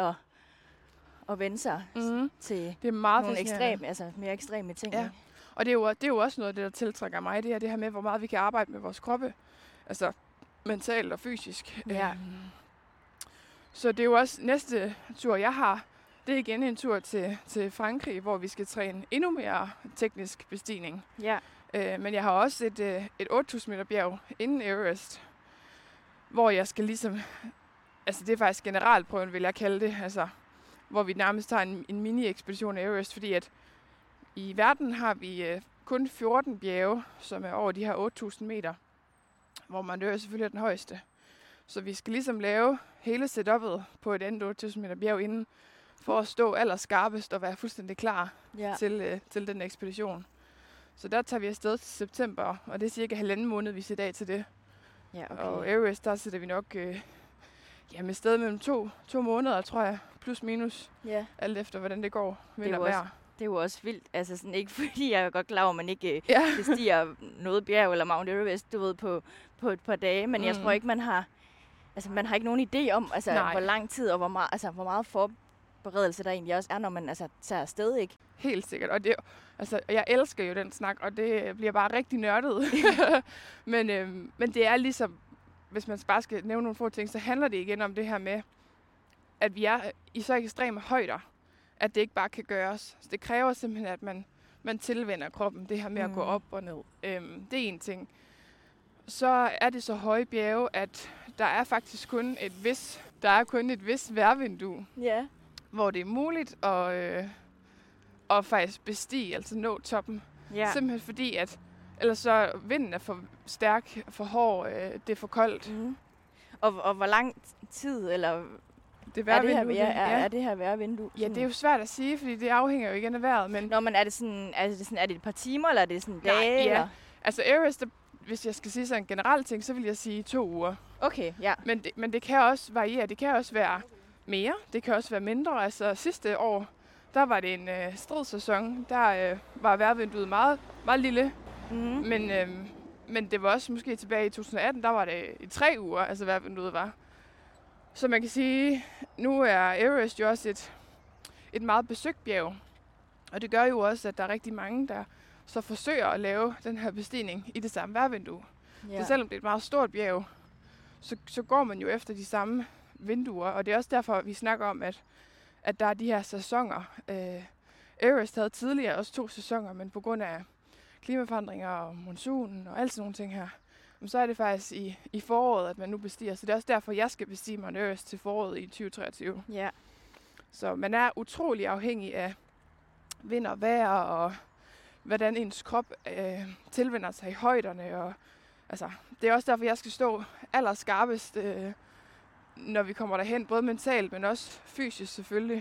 at vende sig til det er meget nogle mere ekstreme ting. Ja. Og det er jo også noget af det, der tiltrækker mig, det her med, hvor meget vi kan arbejde med vores kroppe, altså mentalt og fysisk. Ja. Så det er jo også næste tur, jeg har. Det er igen en tur til Frankrig, hvor vi skal træne endnu mere teknisk bestigning. Ja. Men jeg har også et 8.000 meter bjerg inden Everest. hvor jeg skal ligesom, altså det er faktisk generalprøven, vil jeg kalde det, altså hvor vi nærmest tager en mini-ekspedition af Everest, fordi at i verden har vi kun 14 bjerge, som er over de her 8.000 meter, hvor Mount Everest selvfølgelig er den højeste. Så vi skal ligesom lave hele setupet på et andet 8.000 meter bjerg inden, for at stå allerskarpest og være fuldstændig klar til den ekspedition. Så der tager vi afsted til september, og det er cirka 1,5 måned, vi sætter af til det. Ja, okay. Og Everest, der sætter vi nok med sted mellem 2 måneder, tror jeg, plus minus, alt efter hvordan det går, vind og vejr. Det er jo også vildt, altså sådan, ikke fordi jeg er godt klar over, at man ikke bestiger noget bjerg eller Mount Everest, du ved, på et par dage, men jeg tror ikke, man har ikke nogen idé om, hvor lang tid og hvor meget forberedelse der egentlig også er, når man tager afsted, ikke? Helt sikkert, og jeg elsker jo den snak, og det bliver bare rigtig nørdet. men det er ligesom, hvis man bare skal nævne nogle få ting, så handler det igen om det her med, at vi er i så ekstreme højder, at det ikke bare kan gøres. Så det kræver simpelthen, at man tilvender kroppen, det her med at gå op og ned. Det er en ting. Så er det så høje bjerge, at der er faktisk kun et vis vejrvindue, hvor det er muligt at faktisk bestige, altså nå toppen. Ja. Simpelthen fordi, at ellers så vinden er for stærk, for hård, det er for koldt. Mm. Og hvor lang tid, eller er det her vejrvindue? Ja, det er jo svært at sige, fordi det afhænger jo igen af vejret. Men er det et par timer, eller er det sådan dage? Nej, eller? Altså Everest, hvis jeg skal sige sådan en generel ting, så vil jeg sige 2 uger. Okay, ja. Men det kan også variere. Det kan også være mere, det kan også være mindre. Altså sidste år, der var det en stridsæson. Der var vejrvinduet meget, meget lille. Mm-hmm. Men det var også måske tilbage i 2018, der var det i 3 uger, altså vejrvinduet var. Så man kan sige, nu er Everest jo også et meget besøgt bjerg. Og det gør jo også, at der er rigtig mange, der så forsøger at lave den her bestigning i det samme vejrvindue. Ja. Så selvom det er et meget stort bjerg, så går man jo efter de samme vinduer. Og det er også derfor, vi snakker om, at der er de her sæsoner. Everest havde tidligere også 2 sæsoner, men på grund af klimaforandringer og monsunen og alt sådan nogle ting her, så er det faktisk i foråret, at man nu bestiger. Så det er også derfor, jeg skal bestige Mount Everest til foråret i 2023. Ja. Så man er utrolig afhængig af vind og vejr, og hvordan ens krop tilvender sig i højderne. Og, det er også derfor, jeg skal stå allerskarpest, når vi kommer derhen, både mentalt, men også fysisk selvfølgelig.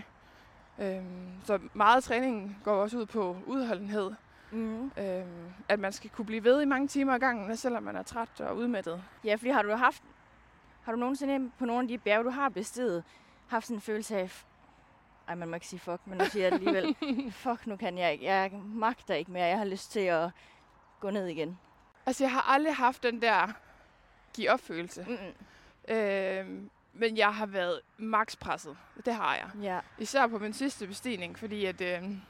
Så meget træning går også ud på udholdenhed. Mm. At man skal kunne blive ved i mange timer ad gangen, selvom man er træt og udmattet. Ja, fordi har du nogensinde på nogle af de bjerge, du har bestiget, haft sådan en følelse af, man må ikke sige fuck, men nu siger jeg det alligevel, fuck, nu kan jeg ikke, jeg magter ikke mere, jeg har lyst til at gå ned igen? Altså, jeg har aldrig haft den der give op-følelse. Men jeg har været makspresset. Det har jeg. Ja. Især på min sidste bestigning, fordi at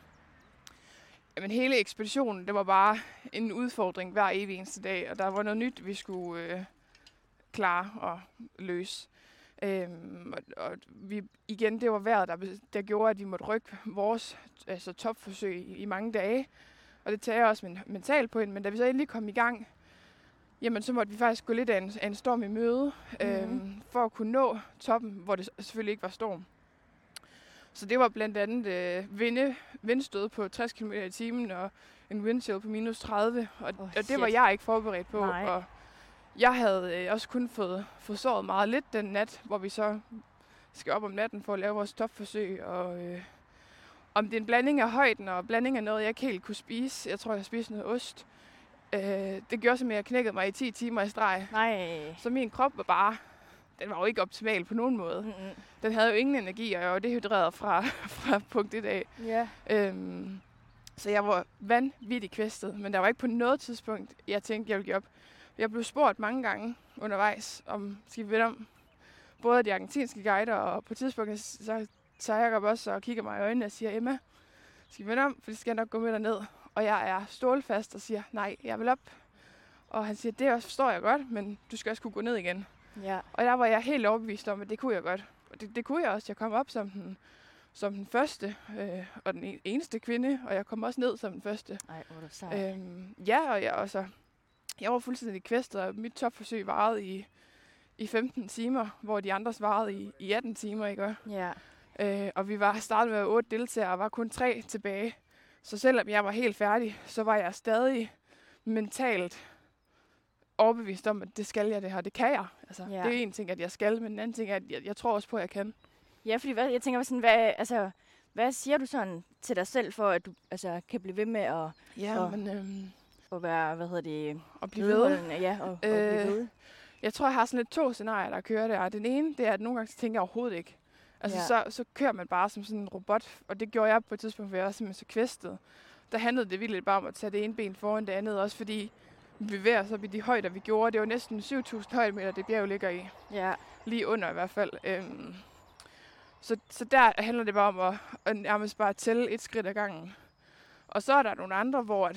hele ekspeditionen, det var bare en udfordring hver evig eneste dag, og der var noget nyt, vi skulle klare og løse. Og det var vejret, der gjorde, at vi måtte rykke vores topforsøg i mange dage, og det tager også mentalt på en, men da vi så endelig kom i gang, jamen så måtte vi faktisk gå lidt af en storm i møde, for at kunne nå toppen, hvor det selvfølgelig ikke var storm. Så det var blandt andet vindstød på 60 km i timen og en windchill på minus 30. Og det var jeg ikke forberedt på. Nej. Og jeg havde også kun fået sovet meget lidt den nat, hvor vi så skal op om natten for at lave vores topforsøg. Og om det er en blanding af højden og blanding af noget, jeg ikke helt kunne spise. Jeg tror, jeg spiste noget ost. Det gjorde simpelthen, at jeg knækkede mig i 10 timer i streg. Nej. Så min krop den var jo ikke optimal på nogen måde. Mm-hmm. Den havde jo ingen energi, og jeg var dehydreret fra punkt 1 af. Yeah. Så jeg var vanvittigt kvæstet, men der var ikke på noget tidspunkt, jeg tænkte, jeg ville give op. Jeg blev spurgt mange gange undervejs, om skal vi vende om. Både de argentinske guider, og på tidspunkt så tager Jacob også og kigger mig i øjnene og siger, Emma, skal vi vende om, for det skal jeg nok gå med derned. Og jeg er stålfast og siger, nej, jeg vil op. Og han siger, det også forstår jeg godt, men du skal også kunne gå ned igen. Ja. Og der var jeg helt overbevist om, at det kunne jeg godt. Og det kunne jeg også. Jeg kom op som den første og den eneste kvinde, og jeg kom også ned som den første. Ej, hvor er du sej. Ja, og jeg var fuldstændig kvæstet, og mit topforsøg varede i 15 timer, hvor de andre svarede i 18 timer, ikke? Ja. Og vi var startet med 8 deltagere, og var kun 3 tilbage. Så selvom jeg var helt færdig, så var jeg stadig mentalt overbevist om, at det skal jeg det her. Det kan jeg. Altså, Ja. det er en ting, at jeg skal, men en anden ting er, at jeg tror også på, at jeg kan. Ja, fordi jeg tænker sådan, hvad siger du sådan til dig selv, for at du kan blive ved med at, at være, at blive ved. Ja, og blive ved? Jeg tror, jeg har sådan lidt 2 scenarier, der kører der. Den ene, det er, at nogle gange tænker jeg overhovedet ikke. Altså, så kører man bare som sådan en robot, og det gjorde jeg på et tidspunkt, hvor jeg var simpelthen så kvæstet. Der handlede det vildt bare om at tage det ene ben foran det andet, også fordi vi bevæger os op i de højder, vi gjorde. Det var næsten 7.000 højdemeter, det bjerg ligger i. Ja. Lige under i hvert fald. Så der handler det bare om at nærmest bare tælle et skridt ad gangen. Og så er der nogle andre, hvor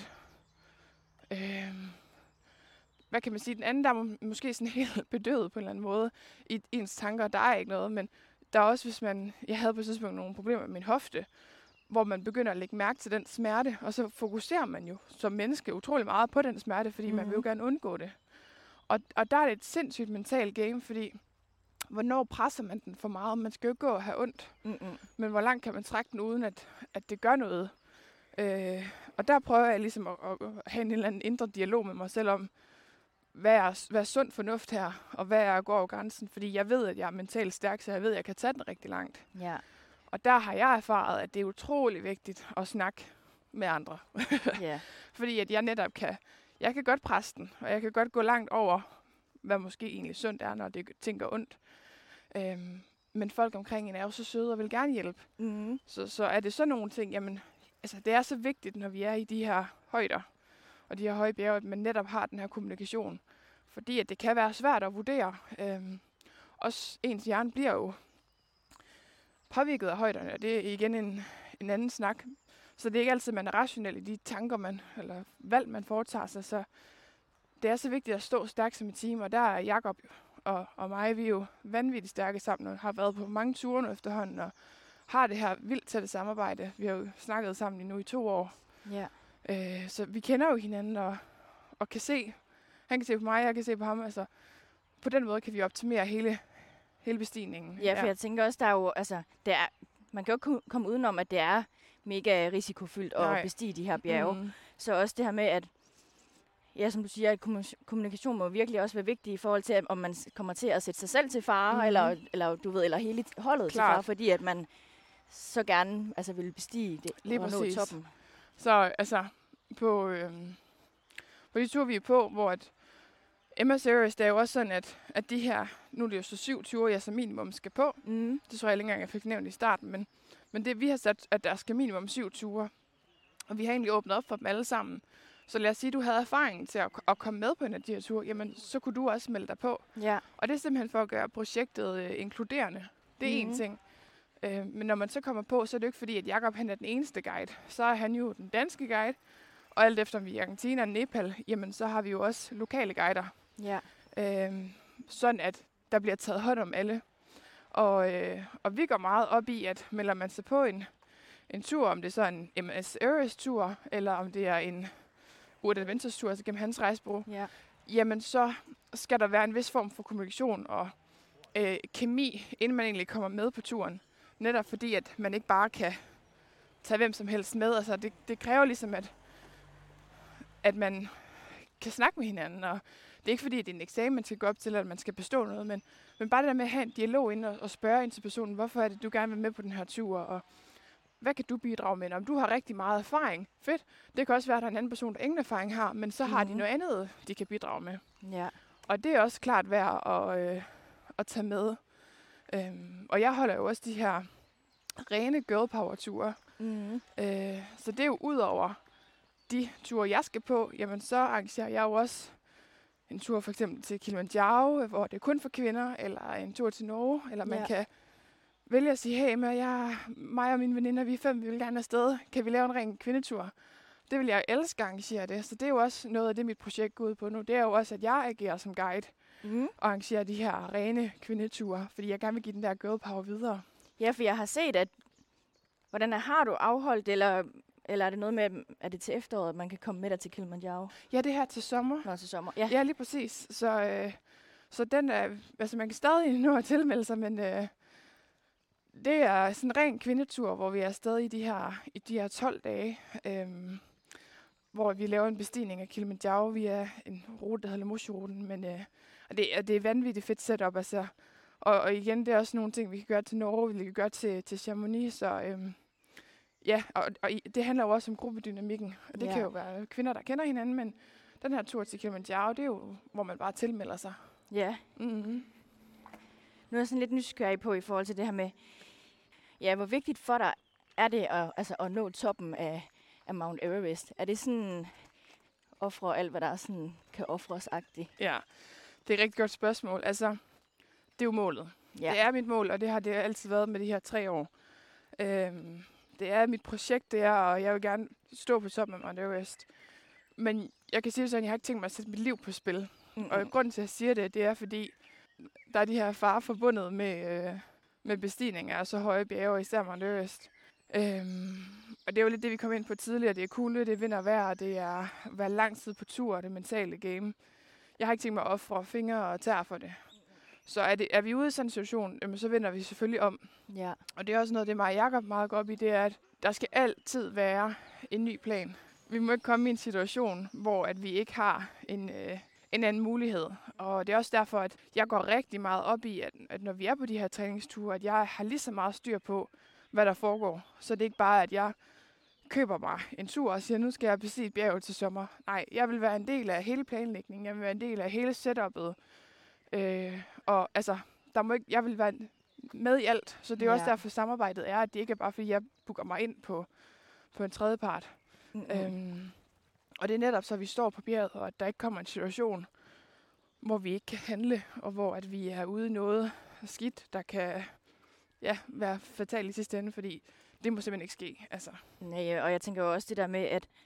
hvad kan man sige, den anden der er måske sådan helt bedøvet på en eller anden måde i ens tanker. Der er ikke noget, men der er også, jeg havde på et tidspunkt nogle problemer med min hofte, hvor man begynder at lægge mærke til den smerte, og så fokuserer man jo som menneske utrolig meget på den smerte, fordi man vil jo gerne undgå det. Og der er det et sindssygt mentalt game, fordi hvornår presser man den for meget? Man skal jo ikke gå og have ondt, men hvor langt kan man trække den, uden at det gør noget? Og der prøver jeg ligesom at have en eller anden indre dialog med mig selv om, hvad er sund fornuft her, og hvad er at gå over grænsen? Fordi jeg ved, at jeg er mentalt stærk, så jeg ved, at jeg kan tage den rigtig langt. Ja. Og der har jeg erfaret, at det er utrolig vigtigt at snakke med andre. Ja. Fordi at jeg netop jeg kan godt presse den, og jeg kan godt gå langt over, hvad måske egentlig sundt er, når det tænker ondt. Men folk omkring en er jo så søde og vil gerne hjælpe. Mm. Så er det sådan nogle ting, jamen, altså det er så vigtigt, når vi er i de her højder, og de her høje bjerge, at man netop har den her kommunikation. Fordi at det kan være svært at vurdere. Også ens hjerne bliver jo påvirket af højderne, og det er igen en anden snak. Så det er ikke altid, man er rationel i de tanker, eller valg, man foretager sig. Så det er så vigtigt at stå stærkt som et team, og der er Jakob og mig, vi er jo vanvittigt stærke sammen, og har været på mange ture nu efterhånden, og har det her vildt tætte samarbejde. Vi har jo snakket sammen nu i 2 år. Ja. Så vi kender jo hinanden, og kan se, han kan se på mig, jeg kan se på ham. Altså, på den måde kan vi optimere hele bestigningen. Ja, for jeg tænker også, der er jo, man kan jo ikke komme udenom, at det er mega risikofyldt at bestige de her bjerge. Mm. Så også det her med, at som du siger, at kommunikation må virkelig også være vigtig i forhold til, om man kommer til at sætte sig selv til fare, eller hele holdet til fare, fordi at man så gerne vil bestige det lige og nå toppen. Så på de ture, vi er på, hvor at MS Everest, det er jo også sådan, at de her, nu er det jo så 7 ture, jeg som minimum skal på. Mm. Det tror jeg ikke engang, jeg fik nævnt i starten, men det vi har sat, at der skal minimum 7 ture. Og vi har egentlig åbnet op for dem alle sammen. Så lad os sige, at du havde erfaring til at komme med på en af de her ture, jamen så kunne du også melde dig på. Ja. Og det er simpelthen for at gøre projektet inkluderende. Det er én ting. Men når man så kommer på, så er det ikke fordi, at Jakob han er den eneste guide. Så er han jo den danske guide. Og alt efter om vi er i Argentina og Nepal, jamen så har vi jo også lokale guider. Ja. Sådan at der bliver taget hånd om alle. Og vi går meget op i, at melder man sig på en tur, om det er så en MS Everest-tur, eller om det er en Urt Adventures-tur, altså gennem hans rejsebureau, jamen så skal der være en vis form for kommunikation og kemi, inden man egentlig kommer med på turen. Netop fordi, at man ikke bare kan tage hvem som helst med. Altså det kræver ligesom, at man kan snakke med hinanden, og det er ikke fordi, at det er en eksamen, man skal gå op til, at man skal bestå noget, men bare det der med at have en dialog ind og spørge ind til personen, hvorfor er det, du gerne vil med på den her tur, og hvad kan du bidrage med? Om du har rigtig meget erfaring, fedt. Det kan også være, at der er en anden person, der ingen erfaring har, men så har de noget andet, de kan bidrage med. Ja. Og det er også klart værd at tage med. Og jeg holder jo også de her rene girl power ture. Mm. Så det er jo ud over de ture, jeg skal på, jamen så arrangerer jeg jo også en tur for eksempel til Kilimanjaro, hvor det er kun for kvinder, eller en tur til Norge, eller man kan vælge at sige, hey, mig og mine veninder, vi er 5, vi vil gerne afsted. Kan vi lave en ren kvindetur? Det vil jeg elske at arrangere det. Så det er jo også noget af det, mit projekt går ud på nu. Det er jo også, at jeg agerer som guide og arrangerer de her rene kvindeture, fordi jeg gerne vil give den der girl power videre. Ja, for jeg har set, at har du afholdt, eller er det noget med, at det til efteråret, at man kan komme med dig til Kilimanjaro? Ja, det her til sommer. Nå, til sommer, ja. Ja, lige præcis. Så den er, altså man kan stadig nå at tilmelde sig, men det er sådan en ren kvindetur, hvor vi er stadig i de her 12 dage, hvor vi laver en bestigning af Kilimanjaro via en rute, der hedder Lemosji-ruten. Men og det er vanvittigt fedt setup, altså. Og igen, det er også nogle ting, vi kan gøre til Norge, vi kan gøre til Chamonix, så ja, og det handler jo også om gruppedynamikken, og det kan jo være kvinder, der kender hinanden, men den her tur til Kilimanjaro, det er jo, hvor man bare tilmelder sig. Ja. Mm-hmm. Nu er jeg sådan lidt nysgerrig på i forhold til det her med, ja, hvor vigtigt for dig er det at nå toppen af Mount Everest? Er det sådan ofre alt, hvad der sådan kan ofres-agtigt? Ja, det er et rigtig godt spørgsmål. Altså, det er jo målet. Ja. Det er mit mål, og det har det altid været med de her 3 år. Det er mit projekt, det er, og jeg vil gerne stå på toppen af Mount Everest. Men jeg kan sige sådan, at jeg har ikke tænkt mig at sætte mit liv på spil. Mm-hmm. Og grunden til, at jeg siger det, det er, fordi der er de her farer forbundet med bestigninger af så høje bjerge, især Mount Everest. Og det er jo lidt det, vi kom ind på tidligere. Det er kulde, det er vind og vejr, det er at være lang tid på tur, og det mentale game. Jeg har ikke tænkt mig at ofre fingre og tær for det. Så er vi ude i sådan en situation, så vender vi selvfølgelig om. Ja. Og det er også noget, det mig og Jacob meget går op i, det er, at der skal altid være en ny plan. Vi må ikke komme i en situation, hvor at vi ikke har en anden mulighed. Og det er også derfor, at jeg går rigtig meget op i, at når vi er på de her træningsture, at jeg har lige så meget styr på, hvad der foregår. Så det er ikke bare, at jeg køber mig en tur og siger, nu skal jeg bestige et bjerg til sommer. Nej, jeg vil være en del af hele planlægningen. Jeg vil være en del af hele setup'et. Og altså, jeg vil være med i alt. Så det er også derfor, samarbejdet er, at det ikke er bare, fordi jeg booker mig ind på en tredjepart. Mm-hmm. Og det er netop så, vi står på bjerget, og at der ikke kommer en situation, hvor vi ikke kan handle, og hvor at vi er ude i noget skidt, der kan være fatalt i sidste ende, fordi det må simpelthen ikke ske. Altså. Nej, og jeg tænker jo også det der med,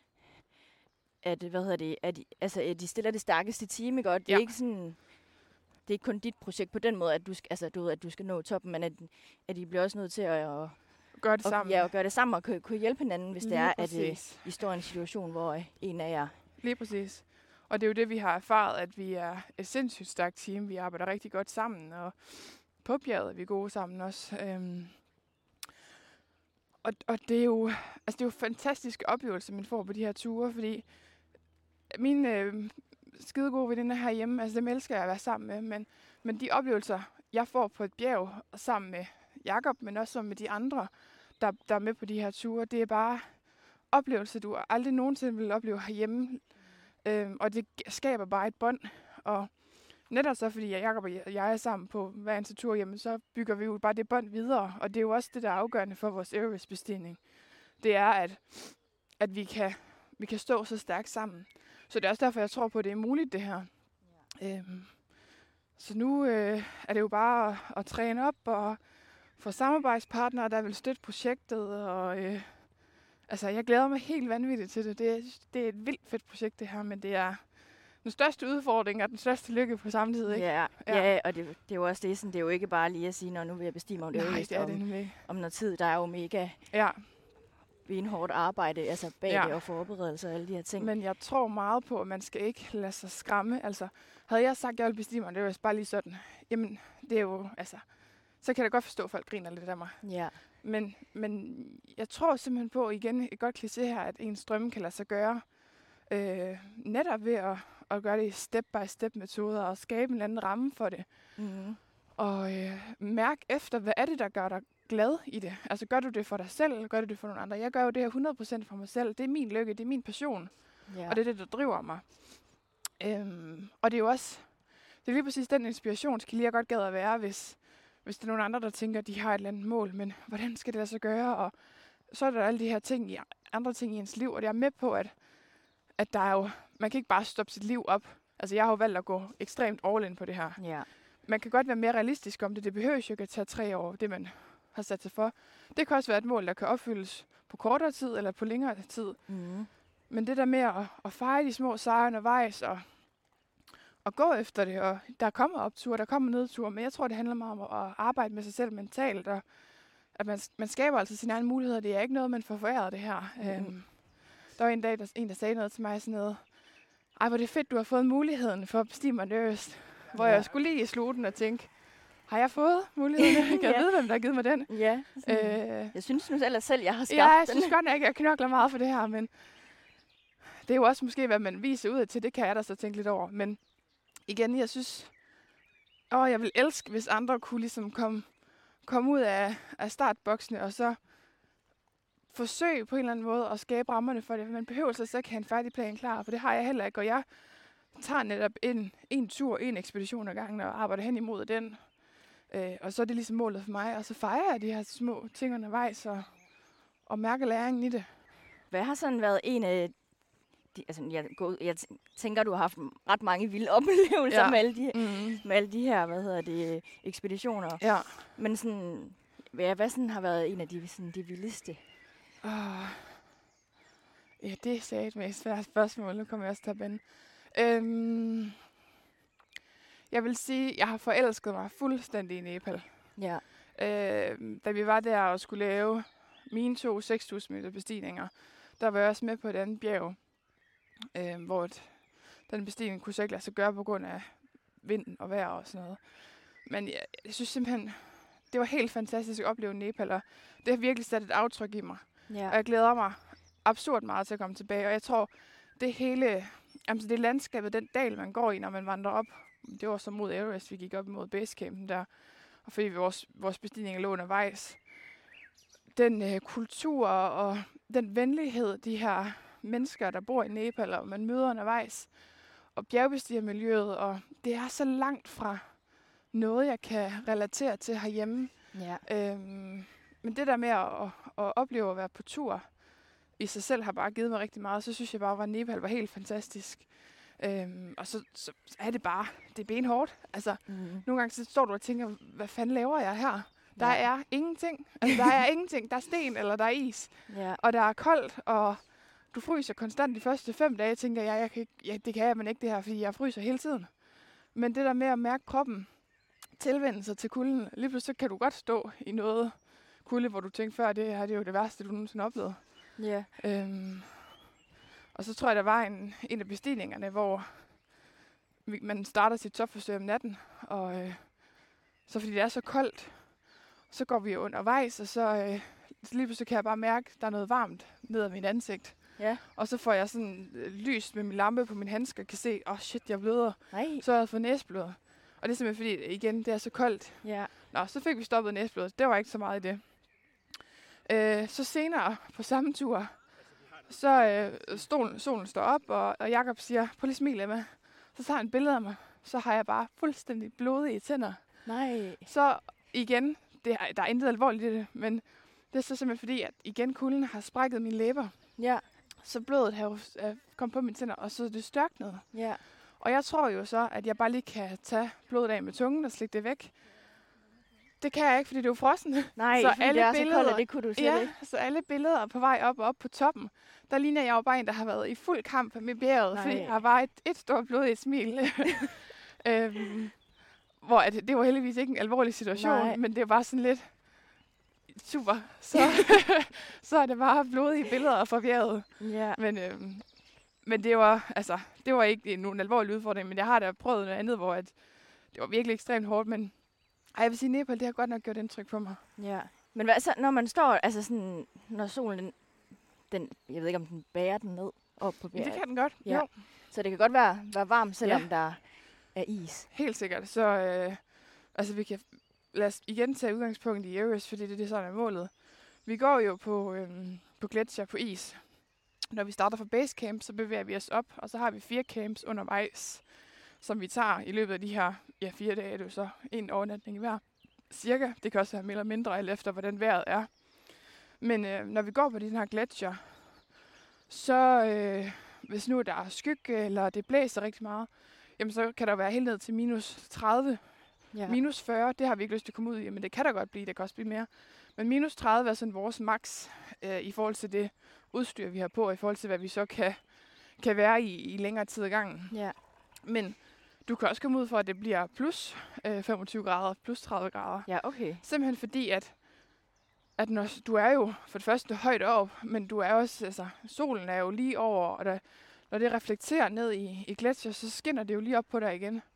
at de stiller det stærkeste team, ikke? Og det er ikke sådan, det er ikke kun dit projekt på den måde, at du skal nå toppen, men at I bliver også nødt til at gøre det sammen. Ja, og gøre det sammen og kunne hjælpe hinanden, hvis det er, at I står i en situation, hvor en af jer... Lige præcis. Og det er jo det, vi har erfaret, at vi er et sindssygt stærkt team. Vi arbejder rigtig godt sammen, og på bjerget er vi gode sammen også. Og det er jo fantastiske oplevelser, man får på de her ture, fordi mine skide gode veninder herhjemme, altså dem elsker jeg at være sammen med, men de oplevelser, jeg får på et bjerg sammen med Jacob, men også med de andre, der er med på de her ture, det er bare oplevelser, du aldrig nogensinde vil opleve herhjemme. Og det skaber bare et bånd. Og netop så, fordi Jacob og jeg er sammen på hver eneste tur, jamen, så bygger vi jo bare det bånd videre. Og det er jo også det, der er afgørende for vores Everest-bestigning. Det er, at vi kan stå så stærkt sammen. Så det er også derfor, jeg tror på, at det er muligt, det her. Ja. Så nu er det jo bare at træne op og få samarbejdspartnere, der vil støtte projektet. Og jeg glæder mig helt vanvittigt til det. Det er et vildt fedt projekt, det her, men det er den største udfordring og den største lykke på samme tid, ikke? Ja, og det er jo også det, sådan, det er jo ikke bare lige at sige, når nu vil jeg bestige Mount Everest om noget tid. Der er jo mega benhårdt arbejde, altså bag det og forberedelse og alle de her ting. Men jeg tror meget på, at man skal ikke lade sig skræmme. Altså, havde jeg sagt, at jeg ville bestige Mount Everest bare lige sådan, jamen, det er jo, så kan jeg da godt forstå, at folk griner lidt af mig. Ja. Men jeg tror simpelthen på, igen, et godt kliché her, at ens drømme kan lade sig gøre, netop ved at gøre det i step-by-step-metoder og skabe en eller anden ramme for det. Mm-hmm. Og mærk efter, hvad er det, der gør dig glad i det? Altså, gør du det for dig selv, eller gør du det for nogle andre? Jeg gør jo det her 100% for mig selv. Det er min lykke, det er min passion. Ja. Og det er det, der driver mig. Og det er jo også, det er lige præcis den inspiration, skal lige godt gad at være, hvis det er nogle andre, der tænker, at de har et eller andet mål, men hvordan skal det lade sig gøre? Og så er der alle de her ting, andre ting i ens liv, og jeg er med på, at der er jo, man kan ikke bare stoppe sit liv op. Altså, jeg har jo valgt at gå ekstremt all in på det her. Ja. Man kan godt være mere realistisk om det. Det behøver jo ikke at tage 3 år, det man har sat sig for. Det kan også være et mål, der kan opfyldes på kortere tid eller på længere tid. Mm. Men det der med at fejre de små sejre undervejs og gå efter det, og der kommer opture, der kommer nedture, men jeg tror, det handler meget om at arbejde med sig selv mentalt, og at man skaber altså sine egne muligheder. Det er ikke noget, man får foræret det her. Der var en dag, der sagde noget til mig sådan noget, ej, hvor det er fedt, du har fået muligheden for at bestige Mount Everest. hvor jeg skulle lige sluge den og tænke, har jeg fået muligheden? Kan jeg vide, hvem der har givet mig den? Ja. Jeg synes nu ellers selv, jeg har skabt ja, jeg den. synes godt nok, jeg knokler meget for det her, men det er jo også måske, hvad man viser ud til. Det kan jeg da så tænke lidt over. Men igen, jeg synes, jeg vil elske, hvis andre kunne ligesom komme ud af startboksene, og så forsøge på en eller anden måde at skabe rammerne for det. Man behøver så ikke have en færdig plan klar, for det har jeg heller ikke. Og jeg tager netop en tur, en ekspedition ad gangen og arbejder hen imod den. Og så er det ligesom målet for mig. Og så fejrer jeg de her små ting undervejs og mærker læringen i det. Hvad har sådan været en af jeg tænker, du har haft ret mange vilde oplevelser med alle de her, ekspeditioner. Ja. Men sådan, hvad sådan har været en af de vildeste? Ja, det sagde et mest svært spørgsmål. Nu kommer jeg også til at bande. Jeg vil sige, at jeg har forelsket mig fuldstændig i Nepal. Ja. Da vi var der og skulle lave mine 2 6.000 meter bestigninger, der var jeg også med på et andet bjerg, hvor den bestigning kunne så ikke lade sig gøre på grund af vinden og vejr og sådan noget. Men jeg synes simpelthen, det var helt fantastisk at opleve Nepal, og det har virkelig sat et aftryk i mig. Ja. Og jeg glæder mig absurd meget til at komme tilbage, og jeg tror, det landskabet, den dal, man går i, når man vandrer op, det var så mod Everest, vi gik op imod basecampen der, og fordi vores bestigninger lå undervejs. Den kultur og den venlighed, de her mennesker, der bor i Nepal, og man møder undervejs, og bjergbestigermiljøet, og det er så langt fra noget, jeg kan relatere til herhjemme. Ja. Men det der med at opleve at være på tur i sig selv har bare givet mig rigtig meget. Så synes jeg bare, at Nepal var helt fantastisk. Og så er det bare, det er benhårdt. Altså, nogle gange så står du og tænker, hvad fanden laver jeg her? Der er ingenting. Altså, der er ingenting. Der er sten, eller der er is. Ja. Og der er koldt, og du fryser konstant de første 5 dage, tænker jeg, det kan jeg men ikke det her, fordi jeg fryser hele tiden. Men det der med at mærke kroppen, tilvænne sig til kulden, lige pludselig kan du godt stå i noget kulde, hvor du tænker før, det her det er jo det værste, du nogensinde oplevede. Ja. Og så tror jeg, der var en af bestigningerne, hvor man starter sit topforsøg om natten, og så fordi det er så koldt, så går vi undervejs, og så lige pludselig kan jeg bare mærke, at der er noget varmt ned ad mit ansigt. Ja. Og så får jeg sådan lys med min lampe på min handske, og kan se, shit, jeg bløder. Nej. Så har jeg fået næseblod. Og det er simpelthen fordi, igen, det er så koldt. Ja. Nå, så fik vi stoppet næseblodet. Det var ikke så meget i det. Så senere på samme tur, så solen står op, og Jakob siger, prøv lige at smile med. Så tager han et billede af mig. Så har jeg bare fuldstændig blodige tænder. Nej. Så igen, der er intet alvorligt i det, men det er så simpelthen fordi, at igen kulden har sprækket mine læber. Ja. Så blodet har kommet på mine tænder, og så er det størknet. Ja. Og jeg tror jo så, at jeg bare lige kan tage blodet af med tungen og slikke det væk. Det kan jeg ikke, fordi det er jo frossen. Nej, så alle det er billeder, så koldt, det kunne du slet ikke. Så alle billeder på vej op på toppen, der ligner jeg jo bare en, der har været i fuld kamp med bjerget, fordi jeg har bare et stort blodigt smil. Hvor det var heldigvis ikke en alvorlig situation, men det var bare sådan lidt super. Så er det bare blodige billeder fra bjerget. Ja. Men det var ikke nogen alvorlig udfordring, men jeg har da prøvet noget andet, hvor det var virkelig ekstremt hårdt, men jeg vil sige, Nepal, det har godt nok gjort indtryk på mig. Ja. Men hvad så, når man står, altså sådan, når solen, den, jeg ved ikke, om den bærer den ned op på bjerget? Det kan den godt, ja. Jo. Så det kan godt være varmt, selvom der er is? Helt sikkert. Så vi kan lad os igen tage udgangspunkt i Everest, fordi det er sådan er målet. Vi går jo på gletsjer på is. Når vi starter fra basecamp, så bevæger vi os op, og så har vi 4 camps undervejs, som vi tager i løbet af de her 4 dage. Det er jo så en overnatning i hver. Cirka. Det kan også være mere eller mindre, alt efter hvordan vejret er. Men når vi går på de her gletsjer, så hvis nu der er skygge, eller det blæser rigtig meget, jamen så kan der være helt ned til minus 30. Ja. Minus 40, det har vi ikke lyst til at komme ud i, men det kan der godt blive, det kan også blive mere. Men minus 30 er sådan vores max i forhold til det udstyr, vi har på, i forhold til, hvad vi så kan være i længere tid ad gangen. Ja. Men du kan også komme ud for, at det bliver plus 25 grader, plus 30 grader. Ja, okay. Simpelthen fordi, at når du er jo for det første højt op, men du er også, solen er jo lige over, og når det reflekterer ned i gletsjer, så skinner det jo lige op på dig igen.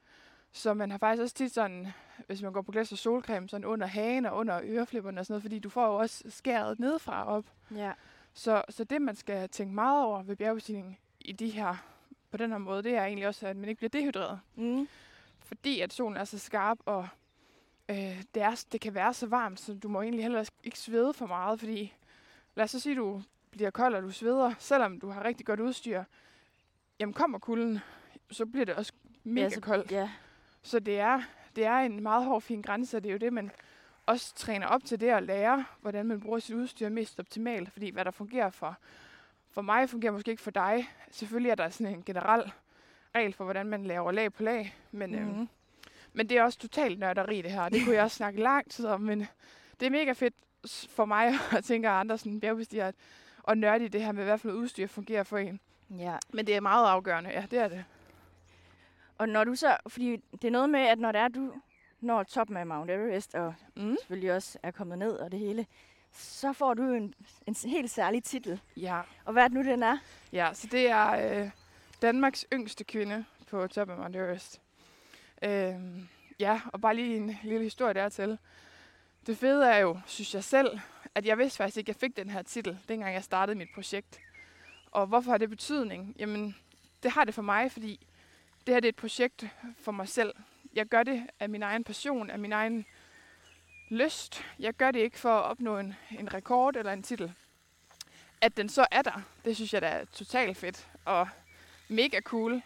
Så man har faktisk også tit sådan, hvis man går på glas og solcreme, sådan under hagen og under øreflipperne og sådan noget, fordi du får jo også skæret nedefra op. Ja. Så det, man skal tænke meget over ved bjergbestigning i de her, på den her måde, det er egentlig også, at man ikke bliver dehydreret. Fordi at solen er så skarp, og det kan være så varmt, så du må egentlig heller ikke svede for meget, fordi lad os så sige, at du bliver kold, og du sveder, selvom du har rigtig godt udstyr. Jamen kommer kulden, så bliver det også mega koldt. Ja. Så det er en meget hård, fin grænse, og det er jo det, man også træner op til det at lære, hvordan man bruger sit udstyr mest optimalt. Fordi hvad der fungerer for mig, fungerer måske ikke for dig. Selvfølgelig er der sådan en generel regel for, hvordan man laver lag på lag. Men det er også totalt nørderi, det her. Det kunne jeg også snakke lang tid om, men det er mega fedt for mig, og tænker andre sådan bjergbestigere, og nørde i det her med, hvad for noget udstyr fungerer for en. Ja. Men det er meget afgørende, ja, det er det. Og når du så, fordi det er noget med, at når du når toppen af Mount Everest, og selvfølgelig også er kommet ned og det hele, så får du en helt særlig titel. Ja. Og hvad er det nu, den er? Ja, så det er Danmarks yngste kvinde på toppen af Mount Everest. Ja, og bare lige en lille historie dertil. Det fede er jo, synes jeg selv, at jeg vidste faktisk ikke, at jeg fik den her titel, dengang jeg startede mit projekt. Og hvorfor har det betydning? Jamen, det har det for mig, fordi det her det er et projekt for mig selv. Jeg gør det af min egen passion, af min egen lyst. Jeg gør det ikke for at opnå en rekord eller en titel. At den så er der, det synes jeg da er totalt fedt og mega cool.